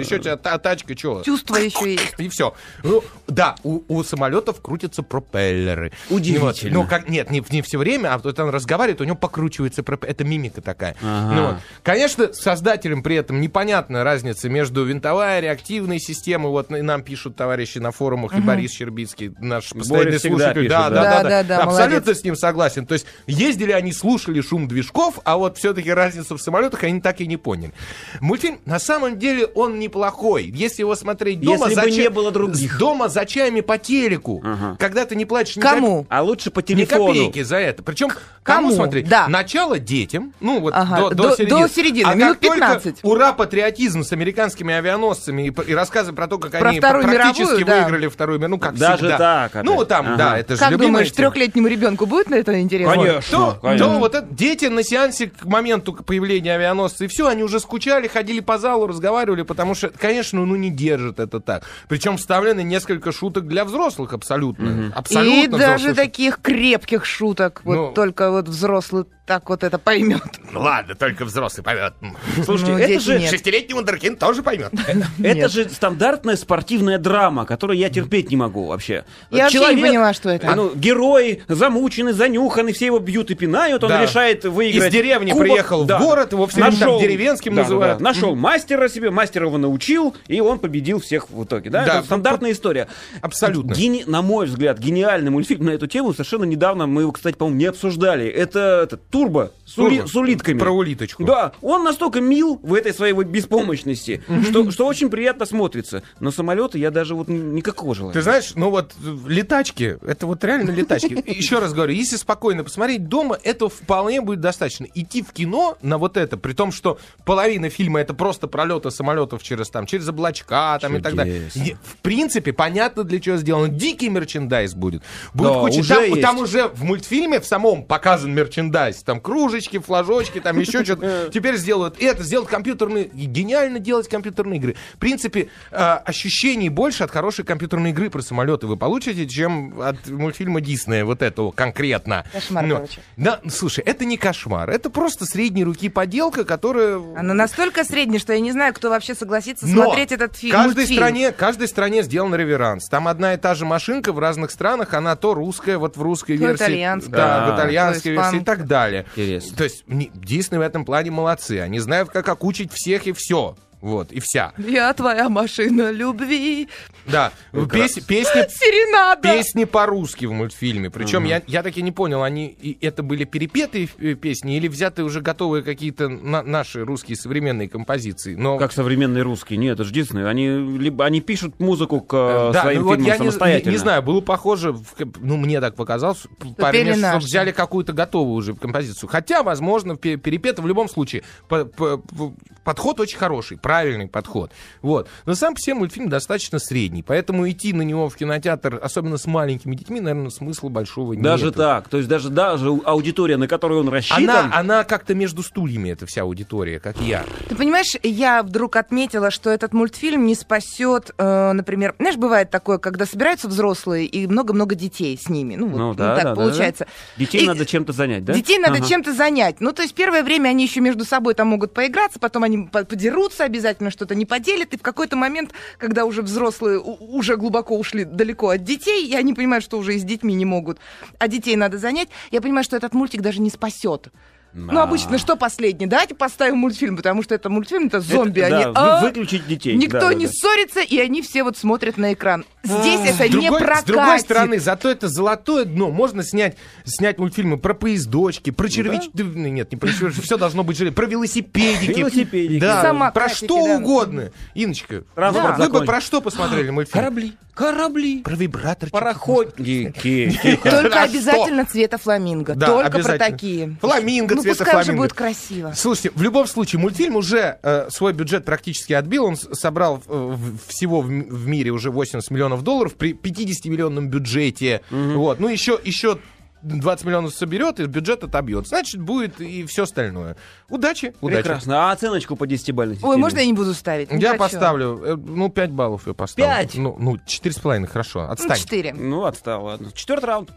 еще у тебя та- тачка, что? Чувство еще есть. И все. Ну, да, у, у самолетов крутятся пропеллеры. Удивительно. Вот. Ну, как, нет, не, не все время, а вот он разговаривает, у него покручивается пропеллер. Это мимика такая. Ага. Ну, вот. Конечно, создателям при этом непонятна разница между винтовая, реактивной системой. Вот и нам пишут товарищи на форумах, и Борис Щербицкий, наш постоянный всегда слушатель. пишет, да, да. да, да, Да, да. да, да, Абсолютно молодец. с ним согласен. То есть ездили они, слушали шум движков, а вот все-таки разницу в самолетах они так и не поняли. Мультфильм, на самом деле, он неплохой. Если его смотреть дома, Если за бы ча- не было других. дома за чаями по телеку, Ага. когда ты не платишь ни Кому? А лучше по коп- ни телефону. копейки за это. Причем Кому? кому смотреть? Да. Начало детям, ну вот Ага, до, до- до середины. до середины, а минут как только пятнадцать. ура, патриотизм с американскими авианосцами и, п- и рассказы про то, как Про они Вторую практически мировую, да. выиграли Вторую мировую, ну как Даже всегда. так опять. Ну там, Ага. да, это же Как любимая думаешь, тема. трехлетнему ребенку будет на это интересно? Конечно. То, конечно. то вот это, дети на сеансе к моменту появления авианосца, и все, они уже скучали, ходили по залу, разговаривали, потому что, конечно, ну не держит это так. Причем вставлены несколько шуток для взрослых абсолютно. Абсолютно И даже взрослых. таких крепких шуток. Вот Ну. только вот взрослый так вот это поймет. Ну ладно, только взрослый поймет. Слушайте, Ну, это дети же, нет. Шестилетний вундеркинд тоже поймет. это же стандартная спортивная драма, которую я терпеть не могу вообще. Я вообще не Человек, поняла, что это. Ну, герой замученный, занюханный, все его бьют и пинают, он Да. решает выиграть. Из деревни кубок. приехал в Да. город, его все время там деревенским да, называют. да, да. Нашел мастера себе, мастер его научил, и он победил всех в итоге. Да, Да, это стандартная история. абсолютно. Гени- на мой взгляд, гениальный мультфильм на эту тему. Совершенно недавно мы его, кстати, по-моему, не обсуждали. Это, это Турбо с, ули- Турбо. с улитками. Про улиточку. Да, он настолько мил в этой своей вот беспомощности, что, что очень приятно смотрится. Но самолеты я даже вот н- никакого желания. Ты знаешь, ну вот э, летачки, это вот реально летачки. Еще раз говорю, если спокойно посмотреть дома, этого вполне будет достаточно. Идти в кино на вот это, при том, что половина фильма это просто пролеты самолетов через там, через облачка там и так далее. Чудесно. И, в принципе, понятно, для чего сделано. Дикий мерчендайз будет. Будет Да, куча. уже Там, есть. там уже в мультфильме в самом показан мерчендайз. Там кружечки, флажочки, там еще что-то. Теперь сделают это, сделают компьютерные. И гениально делать компьютерные игры. В принципе, э, ощущений больше от хорошей компьютерной игры про самолеты вы получите, чем от мультфильма Диснея, вот этого конкретно. Кошмар, Ну, короче. Да, слушай, это не кошмар. Это просто средней руки поделка, которая... Она настолько средняя, что я не знаю, кто вообще согласится Но смотреть этот фильм. каждой мультфильм. стране, каждой стране сделан реверанс. Там одна и та же машинка в разных странах, она то русская, вот в русской То версии, итальянская. да, А, в итальянской то версии и испанская. так далее. Интересно. То есть не- Дисней в этом плане молодцы. Они знают, как окучить всех и все. Вот, и вся. Я твоя машина любви. Да, пес- песни, Серенада. песни по-русски в мультфильме. Причем я, я таки не понял, они и это были перепетые э, песни или взятые уже готовые какие-то на- наши русские современные композиции. Но Как современные русские. Нет, это же Дисней. Они, либо, они пишут музыку к э, да, своим ну вот фильмам я не, самостоятельно. не- не знаю, было похоже, в- ну мне так показалось, пару пели месяцев наши. взяли какую-то готовую уже композицию. Хотя, возможно, пе- перепето в любом случае по- по- по- подход очень хороший, правильный подход. Вот. Но сам по себе мультфильм достаточно средний, поэтому идти на него в кинотеатр, особенно с маленькими детьми, наверное, смысла большого нет. Даже так. То есть даже, даже аудитория, на которую он рассчитан... Она, она как-то между стульями, эта вся аудитория, как я. Ты понимаешь, я вдруг отметила, что этот мультфильм не спасет, э, например, знаешь, бывает такое, когда собираются взрослые и много-много детей с ними. Ну, вот, Ну, ну, да, так да, да, получается. да. Детей И надо чем-то занять, да? Детей надо Ага. чем-то занять. Ну, то есть первое время они еще между собой там могут поиграться, потом они по- подерутся обязательно, что-то не поделят, и в какой-то момент, когда уже взрослые у- уже глубоко ушли далеко от детей, и они понимают, что уже и с детьми не могут, а детей надо занять, я понимаю, что этот мультик даже не спасет. Ну, А. обычно что последний? Давайте поставим мультфильм, потому что это мультфильм, это зомби. Это, они, да, а, вы- выключить детей. Никто да, да, не да. ссорится, и они все вот смотрят на экран. Здесь это С не другой, прокатит. с другой стороны, зато это золотое дно. Можно снять, снять мультфильмы про поездочки, про червячки. Нет, не про червячки, все должно быть железно. Про велосипедики. Велосипедики. Да, Самокатики, про что да. угодно. Инночка, Транспорт вы бы закончен. про что посмотрели мультфильм? Корабли. Корабли. Про вибратор. Пароходники. Только Про обязательно цвета фламинго. Да, Только про обязательно. такие. Фламинго, Ну, цвета пускай уже фламинго. будет красиво. Слушайте, в любом случае, мультфильм уже э, свой бюджет практически отбил. Он с- собрал э, в- всего в, м- в мире уже восемьдесят миллионов долларов при пятидесятимиллионном бюджете. Вот. Ну, еще, еще двадцать миллионов соберет, и бюджет отобьет. Значит, будет и все остальное. Удачи. Удачи. Прекрасно. А оценочку по десятибалльной системе? Ой, можно я не буду ставить? Не Я хочу. поставлю, э, ну, пять баллов я поставлю. Пять? Ну, ну, четыре с половиной, хорошо. Ну, Отстань. четыре. Ну, отстал, ладно. Четвертый раунд.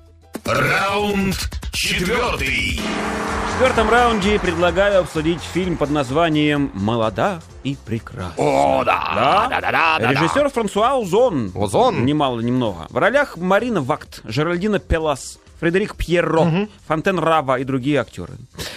Раунд четвертый. В четвертом раунде предлагаю обсудить фильм под названием «Молода и прекрасна». О, да, да, да, да, да. Режиссер Франсуа Озон. Озон. Немало, немного. В ролях Марина Вакт, Жеральдина Пелас, Фредерик Пьерро, угу. Фонтен Рава и другие актеры.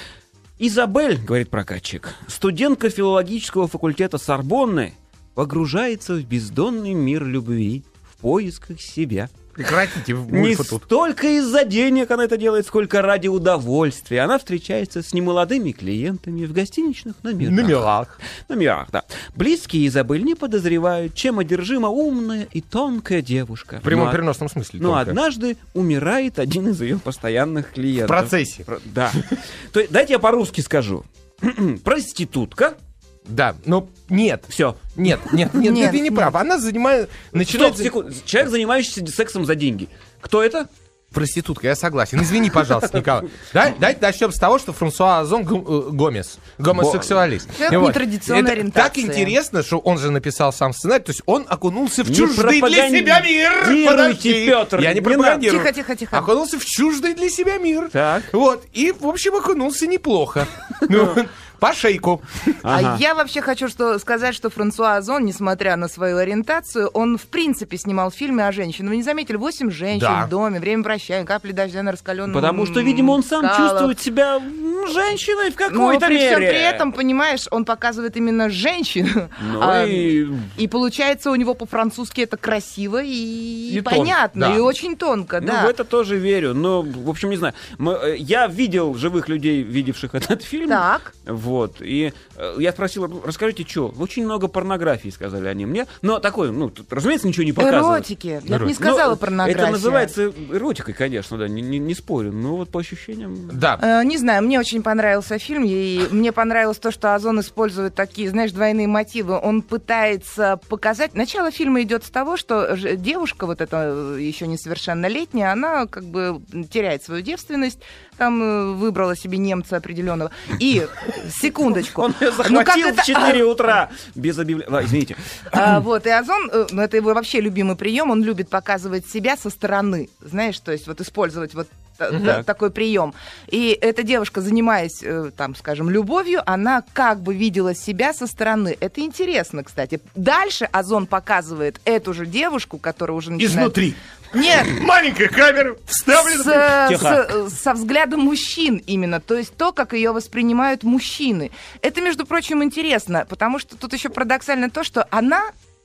Изабель, говорит прокатчик, студентка филологического факультета Сорбонны, погружается в бездонный мир любви в поисках себя. Прекратите, Не тут. столько из-за денег она это делает, сколько ради удовольствия. Она встречается с немолодыми клиентами в гостиничных номерах. Номерах. Номерах, да. Близкие Изабель не подозревают, чем одержима умная и тонкая девушка. В прямом но, переносном смысле. Но тонкая. однажды умирает один из ее постоянных клиентов. В процессе. Да. То есть, дайте я по-русски скажу. Проститутка. Да, но нет. Все. Нет, нет, нет, Нет, ты не нет. прав. Она занимает... Начинает... Стоп, секунду. Человек, занимающийся сексом за деньги. Кто это? Проститутка, я согласен. Извини, пожалуйста, Николай. Дай, давайте начнем с того, что Франсуа Озон г- Гомес, гомосексуалист. Человек нетрадиционной Это ориентации. так интересно, что он же написал сам сценарий, то есть он окунулся в Не чуждый для себя мир. пропагандируйте, Петр, Я не не пропагандирую. Тихо, тихо, тихо. Окунулся в чуждый для себя мир. Так. Вот, и, в общем, окунулся неплохо. Ну, по шейку. Ага. А я вообще хочу что, сказать, что Франсуа Озон, несмотря на свою ориентацию, он в принципе снимал фильмы о женщинах. Вы не заметили? Восемь женщин Да. в доме, время прощания, капли дождя на раскаленном Потому что, видимо, он сам скалах. чувствует себя м, женщиной в Но какой-то при мере. всем при этом, понимаешь, он показывает именно женщину. Ну А, и... и получается у него по-французски это красиво и, И понятно, тонко, да. и очень тонко, Ну, да. в это тоже верю. Но, в общем, не знаю. Мы, э, я видел живых людей, видевших этот фильм. Так. Вот. И э, я спросил, расскажите, что? Очень много порнографии, сказали они мне. Но такой, ну, тут, разумеется, ничего не показывают. Эротики. Я бы не сказала Ну, порнография. Это называется эротикой, конечно, да, не, не, не спорю. Но вот по ощущениям... Да. Э, Не знаю, мне очень понравился фильм, и мне понравилось то, что Озон использует такие, знаешь, двойные мотивы. Он пытается показать... Начало фильма идет с того, что ж- девушка, вот эта э, еще несовершеннолетняя, она как бы теряет свою девственность, там э, выбрала себе немца определенного. И, секундочку. Он ее Ну, как захватил это- в четыре утра без объявления. Извините. А, вот, и Озон, э, ну, это его вообще любимый прием, он любит показывать себя со стороны, знаешь, то есть вот использовать вот та- та- Так. такой прием. И эта девушка, занимаясь, э, там, скажем, любовью, она как бы видела себя со стороны. Это интересно, кстати. Дальше Озон показывает эту же девушку, которая уже начинает... Изнутри. Нет, Маленькая камера вставлена. с, э, Тихо. с- со взглядом мужчин именно, то есть то, как ее воспринимают мужчины. Это, между прочим, интересно, потому что тут еще парадоксально то, что она,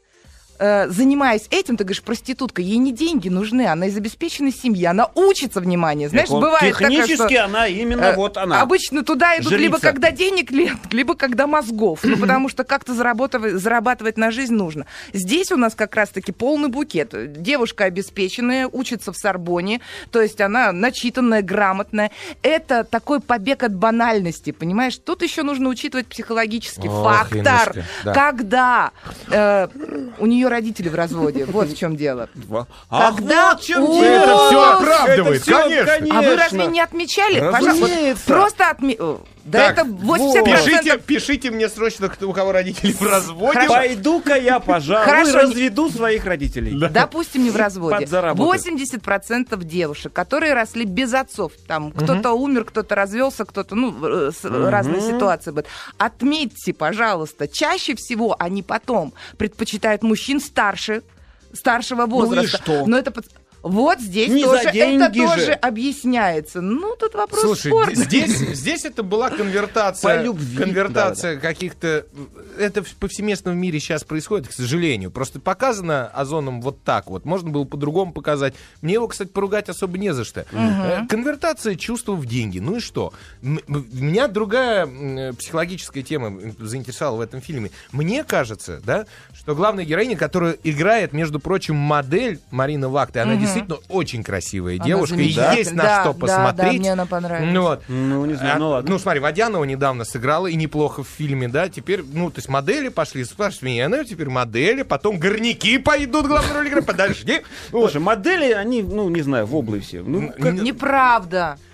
э, занимаясь этим, ты говоришь, проститутка, ей не деньги нужны, она из обеспеченной семьи, она учится, внимание. Знаешь, Так он- бывает такое, технически что, она именно э, вот она. обычно туда идут Жрица. либо когда денег нет, либо когда мозгов, ну, потому что как-то заработав- зарабатывать на жизнь нужно. Здесь у нас как раз-таки полный букет. Девушка обеспеченная, учится в Сорбоне, то есть она начитанная, грамотная. Это такой побег от банальности, понимаешь? Тут еще нужно учитывать психологический Ох, фактор. Инночка, да. Когда э, у нее родители в разводе, вот в чем дело. Ах, Когда- вот в чем О, дело. Это всё Это оправдывает, всё, конечно. А вы разве не отмечали? Пожалуйста, вот Разумеется. просто отме... Да Так, это восемьдесят процентов. Пишите, пишите мне срочно, кто, у кого родители в разводе. Хорошо. Пойду-ка я, пожалуй, Хорошо, разведу своих родителей. Допустим, не в разводе. Подзаработать. восемьдесят процентов девушек, которые росли без отцов. Там кто-то умер, кто-то развелся, кто-то, ну, э, с- разные ситуации будут. Отметьте, пожалуйста, чаще всего они потом предпочитают мужчин старше, старшего возраста. что? Но это под- Вот здесь Не тоже, за деньги это тоже же. объясняется. Ну, тут вопрос Слушай, спорный. здесь, здесь это была конвертация, По любви, конвертация каких-то... Это в- повсеместно в мире сейчас происходит, к сожалению. Просто показано Озоном вот так вот. Можно было по-другому показать. Мне его, кстати, поругать особо не за что. Э, Конвертация чувств в деньги. Ну и что? М- м- Меня другая м, психологическая тема заинтересовала в этом фильме. Мне кажется, да, что главная героиня, которая играет, между прочим, модель Марина Вакт, и она действительно очень красивая Она девушка, и замечательная. есть на Да, что да, посмотреть. да, мне она понравилась. Ну вот. Ну, не знаю, А, ну ладно. ну, смотри, Водянова недавно сыграла, и неплохо в фильме, да, теперь, ну, то есть модели пошли, спрашивай меня, ну, теперь модели, потом горняки пойдут, главную роль играть, подожди. Вот. Слушай, модели, они, ну, не знаю, в облы все. Ну, как- Неправда.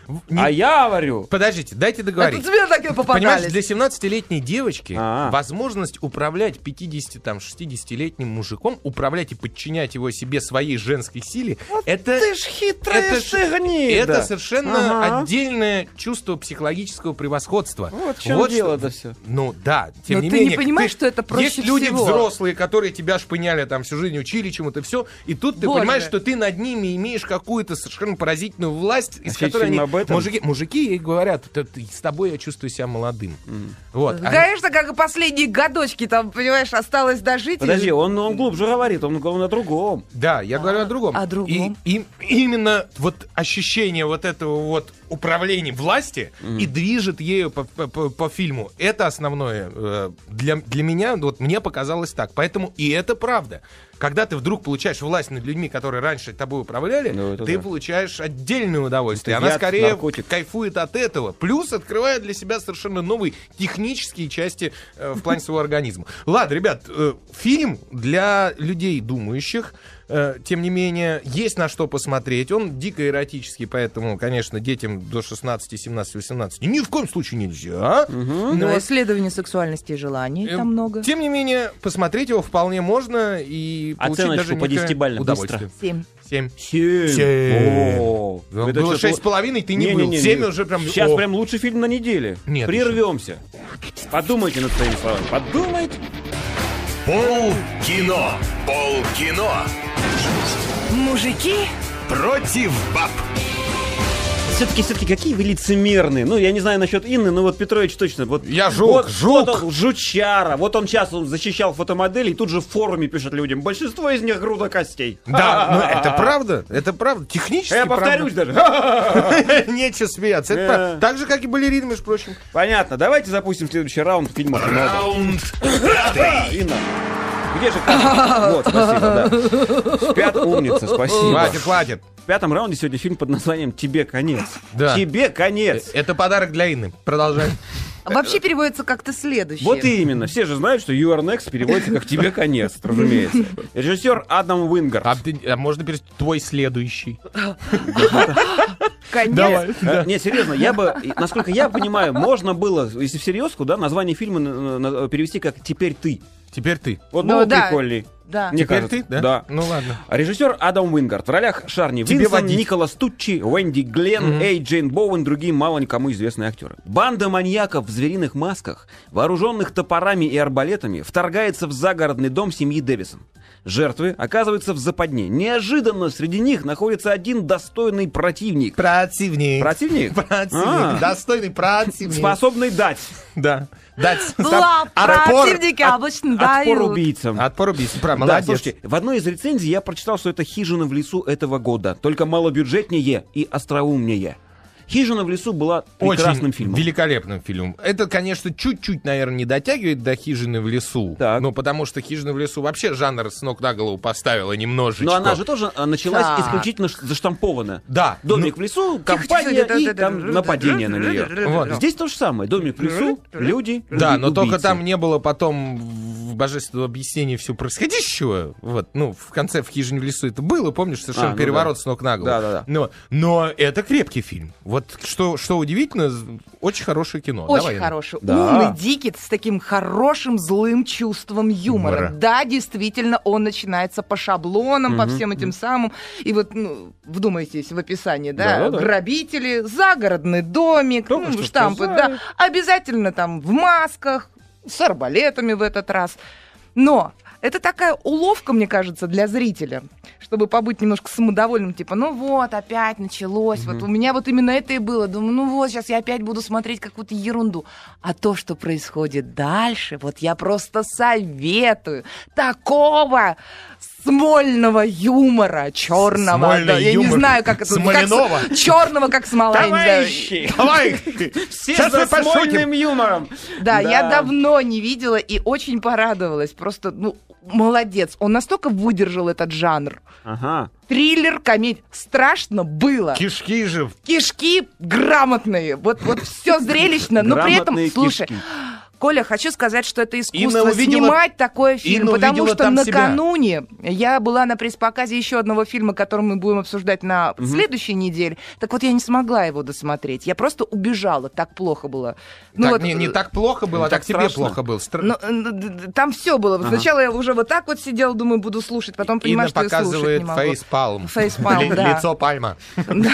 Не- А я говорю... Подождите, дайте Это договорить. тебе такие Понимаешь, попадались. для семнадцатилетней девочки А. возможность управлять пятидесяти-шестидесятилетним мужиком, управлять и подчинять его себе своей женской силе, это, Ты ж хитрая это, ж- шагнида. это совершенно Ага. отдельное чувство психологического превосходства. Вот в чем дело-то все. Ну да, тем Но не ты не менее. понимаешь, что это проще Есть люди всего. взрослые, которые тебя шпыняли там всю жизнь, учили чему-то, все, и тут ты Боже. понимаешь, что ты над ними имеешь какую-то совершенно поразительную власть, из А фильм которой они... об этом? Мужики, мужики ей говорят, «Т- ты- с тобой я чувствую себя молодым. Вот. А- Конечно, как и последние годочки, там, понимаешь, осталось дожить. и- Подожди, он, он глубже говорит, он, он о другом. Да, я говорю о другом. о другом. И, и именно вот ощущение вот этого вот управления власти и движет ею по, по- по- по фильму. Это основное. э, Для, для меня, вот мне показалось так. Поэтому и это правда. Когда ты вдруг получаешь власть над людьми, которые раньше тобой управляли, Ну, это ты да. получаешь отдельное удовольствие. Это Она яд, скорее наркотик. кайфует от этого. Плюс открывает для себя совершенно новые технические части э, в плане своего организма. Ладно, ребят, э, фильм для людей думающих. Э, тем не менее, есть на что посмотреть. Он дико эротический, поэтому, конечно, детям до шестнадцати, семнадцати, восемнадцати ни в коем случае нельзя. Но Но, исследование сексуальности и желаний э, там много. Тем не менее, посмотреть его вполне можно и получить Оценочку даже по некое десятибалльно, удовольствие. Семь. Семь. Семь. Семь. О, Ну, это было что, шесть с половиной, ты не, был. Не-не-не, Семь не. уже прям... Сейчас О. прям лучший фильм на неделе. Нет, Прервемся. Подумайте над своими словами. Подумайте. Пол кино. Пол кино. Мужики? Против баб. Все-таки, все-таки, какие вы лицемерные. Ну, я не знаю насчет Инны, но вот Петрович точно. Вот, Я жук, вот, жук. Вот он, жучара. Вот он сейчас он защищал фотомодели и тут же в форуме пишет людям. Большинство из них груда костей. Да, но это правда, это правда. Технически Я повторюсь правда. даже. Нечего смеяться. Это Да. правда. Так же, как и балерины, между прочим. Понятно. Давайте запустим следующий раунд фильма. Раунд Инна. Где же камера? Вот, спасибо, да. Спят, умница, спасибо. Хватит, хватит. В пятом раунде сегодня фильм под названием «Тебе конец». Да. Тебе конец. Это подарок для Инны. Продолжаем. А вообще переводится как-то следующее. Вот и именно. Все же знают, что You Are Next переводится как «Тебе конец», разумеется. Режиссер Адам Уингард. А, ты- а можно перейти твой следующий? Конец. Э, Не, серьезно, я бы, и, насколько я понимаю, можно было, если всерьез, да, название фильма на- на- перевести как «Теперь ты». Теперь ты. Вот Ну было да. прикольней. Да. Мне Теперь кажется. ты, да? Да. Ну ладно. А режиссер Адам Уингард. В ролях Шарни Тебе Винсон, водить. Николас Туччи, Уэнди Гленн, Мгм. Эй Джейн Боуэн, другие мало никому известные актеры. Банда маньяков в звериных масках, вооруженных топорами и арбалетами, вторгается в загородный дом семьи Дэвисон. Жертвы оказываются в западне. Неожиданно среди них находится один достойный противник. Противник. Противник? Противник. А. Достойный противник. Способный дать Да. Дать. Да, Отпор. противники обычно отпор дают. убийцам. Отпор убийцы. Правда, Да, молодец. слушайте, в одной из рецензий я прочитал, что это «Хижина в лесу» этого года, только малобюджетнее и остроумнее. «Хижина в лесу» была прекрасным Очень фильмом. великолепным фильмом. Это, конечно, чуть-чуть, наверное, не дотягивает до «Хижины в лесу». Так. Ну, потому что «Хижина в лесу» вообще жанр с ног на голову поставила немножечко. Но она же тоже а, началась Так. исключительно ш- заштампована. Да. Домик в лесу, компания тихо, и тихо, там тихо, нападение на нее. Вот. Здесь то же самое. Домик в лесу, люди, Да, уби- но только убийцы. там не было потом в божественном объяснении всего происходящего. Вот, ну, в конце в «Хижине в лесу» это было, помнишь, совершенно А, ну переворот да. с ног на голову. Да-да-да. Но, но это крепкий фильм. Вот что, что удивительно, очень хорошее кино. Очень Давай, Инна. хороший. Да. Умный, дикий, с таким хорошим злым чувством юмора. Юмора. Да, действительно, он начинается по шаблонам, по всем этим самым. И вот, ну, вдумайтесь в описание, да, Да-да-да. грабители, загородный домик, Только ну, что штампы, сказали. да, обязательно там в масках, с арбалетами в этот раз. Но это такая уловка, мне кажется, для зрителя, чтобы побыть немножко самодовольным, типа, ну вот, опять началось, вот у меня вот именно это и было, думаю, ну вот, сейчас я опять буду смотреть какую-то ерунду. А то, что происходит дальше, вот я просто советую такого смольного юмора, черного, Смольный да, я не юмор знаю, как это, Смоленого. черного, как смола, я не знаю. Товарищи! Давай! Все Сейчас за мы пошутим. смольным юмором. Да, я Да. давно не видела и очень порадовалась. Просто, ну, молодец. Он настолько выдержал этот жанр. Ага. Триллер, комедия. Страшно было. Кишки же. Кишки грамотные. Вот, вот все зрелищно, но при этом, Грамотные слушай, кишки. Коля, хочу сказать, что это искусство Инна увидела- снимать такой фильм, Инна потому увидела что там накануне я была на пресс-показе еще одного фильма, который мы будем обсуждать на следующей неделе. Так вот, я не смогла его досмотреть. Я просто убежала, так плохо было. Ну, Так, вот, не, не так плохо было, а так так тебе страшно. плохо было. Стра- ну, д- д- там все было. Сначала я уже вот так вот сидела, думаю, буду слушать, потом понимаю, Инна что я слушать показывает не могу. фейспалм. Фейспалм, Ли- да. Лицо пальма. Да.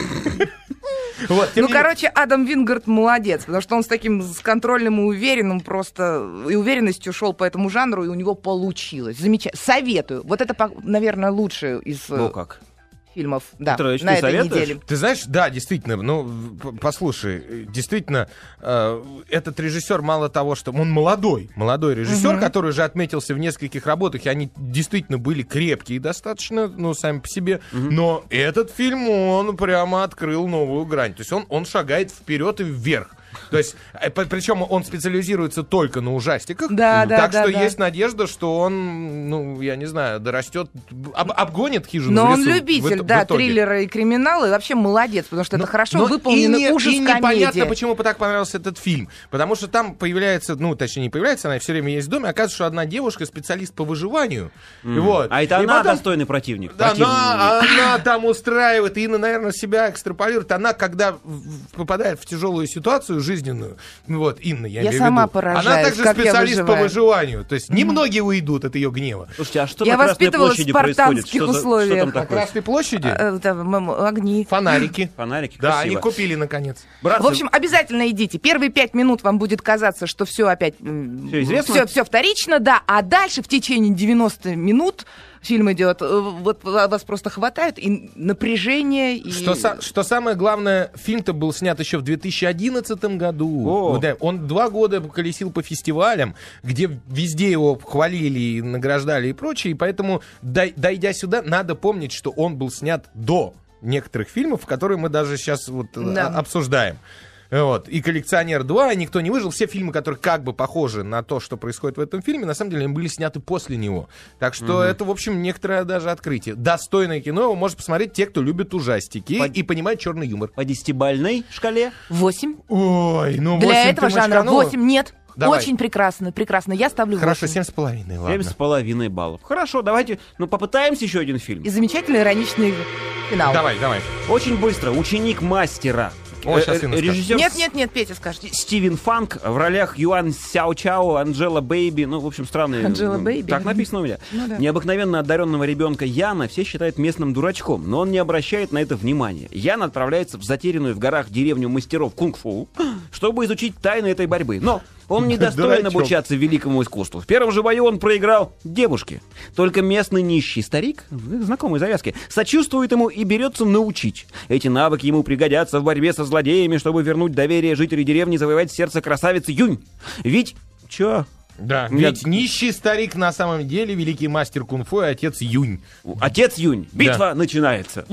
Вот, тем Ну, не короче, Адам Вингард молодец, потому что он с таким с контрольным и уверенным просто и уверенностью шел по этому жанру, и у него получилось. Замечательно. Советую. Вот это, по- наверное, лучшее из э, Ну как? фильмов да, Петрович, на ты этой советуешь? неделе. Ты знаешь, да, действительно, ну, п- послушай, действительно, э, этот режиссер мало того, что он молодой, молодой режиссер, Мгм. который уже отметился в нескольких работах, и они действительно были крепкие достаточно, ну, сами по себе, но этот фильм, он прямо открыл новую грань, то есть он, он шагает вперед и вверх. То есть, э, п- причем он специализируется только на ужастиках, Да, да, так да, что да. есть надежда, что он, ну, я не знаю, дорастет, об- обгонит «Хижину Но в он лесу» в любитель, ит- в да, итоге. триллера и криминала, и вообще молодец, потому что это хорошо Но выполнено, и не- ужас и непонятно, комедия. почему так понравился этот фильм. Потому что там появляется, ну, точнее, не появляется, она все время есть в доме, оказывается, что одна девушка специалист по выживанию. Вот. А это И она потом- достойный противник. Да, противный. она, она там устраивает, и Инна, наверное, себя экстраполирует. Она, когда в- в- попадает в тяжелую ситуацию жизненную, ну вот, Инна, я, Я имею в сама виду, поражаюсь, она также как я специалист по выживаю. выживанию. То есть немногие уйдут от ее гнева. Слушайте, а что Я на Красной воспитывалась в площади происходит? спартанских Что, за- условиях. что там На такое? Красной площади Э, да, м- м- огни. фонарики. Фонарики, Да, красиво. они купили, наконец. Братцы, В общем, обязательно идите. Первые пять минут вам будет казаться, что все опять... Всё известно? Все, все вторично, да. А дальше в течение девяноста минут фильм идет. э, Вот вас просто хватает и напряжение, и... Что, са- что самое главное, фильм-то был снят еще в две тысячи одиннадцатом году. О. Вот, да, он два года колесил по фестивалям, где везде его хвалили и награждали и прочее. И поэтому, дай- дойдя сюда, надо помнить, что он был снят до некоторых фильмов, которые мы даже сейчас вот Да. а- обсуждаем. Вот. И «Коллекционер два», и «Никто не выжил». Все фильмы, которые как бы похожи на то, что происходит в этом фильме, на самом деле они были сняты после него. Так что это, в общем, некоторое даже открытие. Достойное кино его может посмотреть те, кто любит ужастики По- и понимает черный юмор. по десятибалльной шкале? Восемь. Ой, ну Для восемь этого ты жанра мочканула. восемь. Нет. Давай. Очень прекрасно, прекрасно. Я ставлю Хорошо, восемь. семь с половиной, Семь ладно. с половиной баллов. Хорошо, давайте, ну, попытаемся еще один фильм. И замечательный ироничный финал. Давай, давай. Очень быстро. «Ученик мастера». О, Э, щас э, Инна скажет. Режиссер Нет, нет, нет, Петя скажет. Стивен Фанк в ролях Юан Сяо Чао, Анджела Бэйби, ну, в общем, странные. Анджела ну, Бэйби. Так написано у меня. Ну да. Необыкновенно одаренного ребенка Яна все считают местным дурачком, но он не обращает на это внимания. Ян отправляется в затерянную в горах деревню мастеров кунг-фу, чтобы изучить тайны этой борьбы. Но он недостоин Дурачок. обучаться великому искусству. В первом же бою он проиграл девушке. Только местный нищий старик, знакомые завязки, сочувствует ему и берется научить. Эти навыки ему пригодятся в борьбе со злодеями, чтобы вернуть доверие жителей деревни и завоевать сердце красавицы Юнь. Ведь... Чё? Да, Меня- ведь нищий старик на самом деле великий мастер кунг-фу и отец Юнь. Отец Юнь. Битва начинается.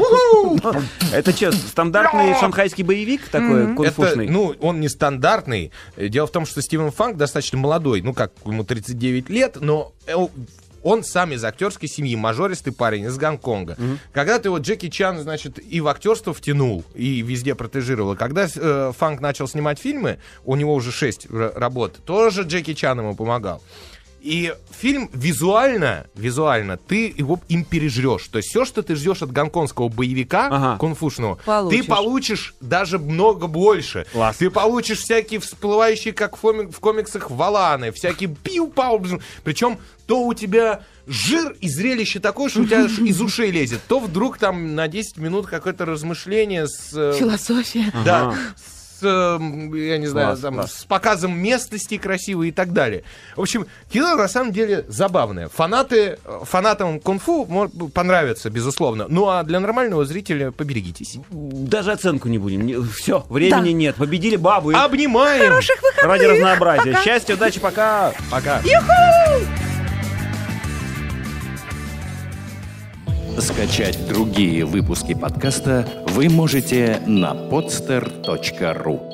Это что, стандартный шанхайский боевик такой, Это, кунг-фушный? ну, он не стандартный. Дело в том, что Стивен Фанк достаточно молодой, ну, как, ему тридцать девять лет, но э, он сам из актерской семьи, мажористый парень из Гонконга. Когда-то его Джеки Чан, значит, и в актерство втянул, и везде протежировал. И когда э, Фанк начал снимать фильмы, у него уже шесть р- работ, тоже Джеки Чан ему помогал. И фильм визуально, визуально, ты его им пережрешь. То есть все, что ты ждешь от гонконгского боевика, Ага. кунг-фушного, Получишь. ты получишь даже много больше. Класс. Ты получишь всякие всплывающие, как в, фоми- в комиксах, валаны, всякие пиу-пау. Причем то у тебя жир и зрелище такое, что у тебя аж из ушей лезет, то вдруг там на десять минут какое-то размышление с... э, Философия. Да, с, э, я не знаю, Класс, там, класс. с показом местности красивой и так далее. В общем, кино на самом деле забавное. Фанаты, фанатам кунг-фу мо- понравится, безусловно. Ну а для нормального зрителя поберегитесь. Даже оценку не будем. Все, времени Да. нет. Победили бабы. Обнимаем! Ради разнообразия. Счастья, удачи, пока. Пока. Скачать другие выпуски подкаста вы можете на podster точка ру.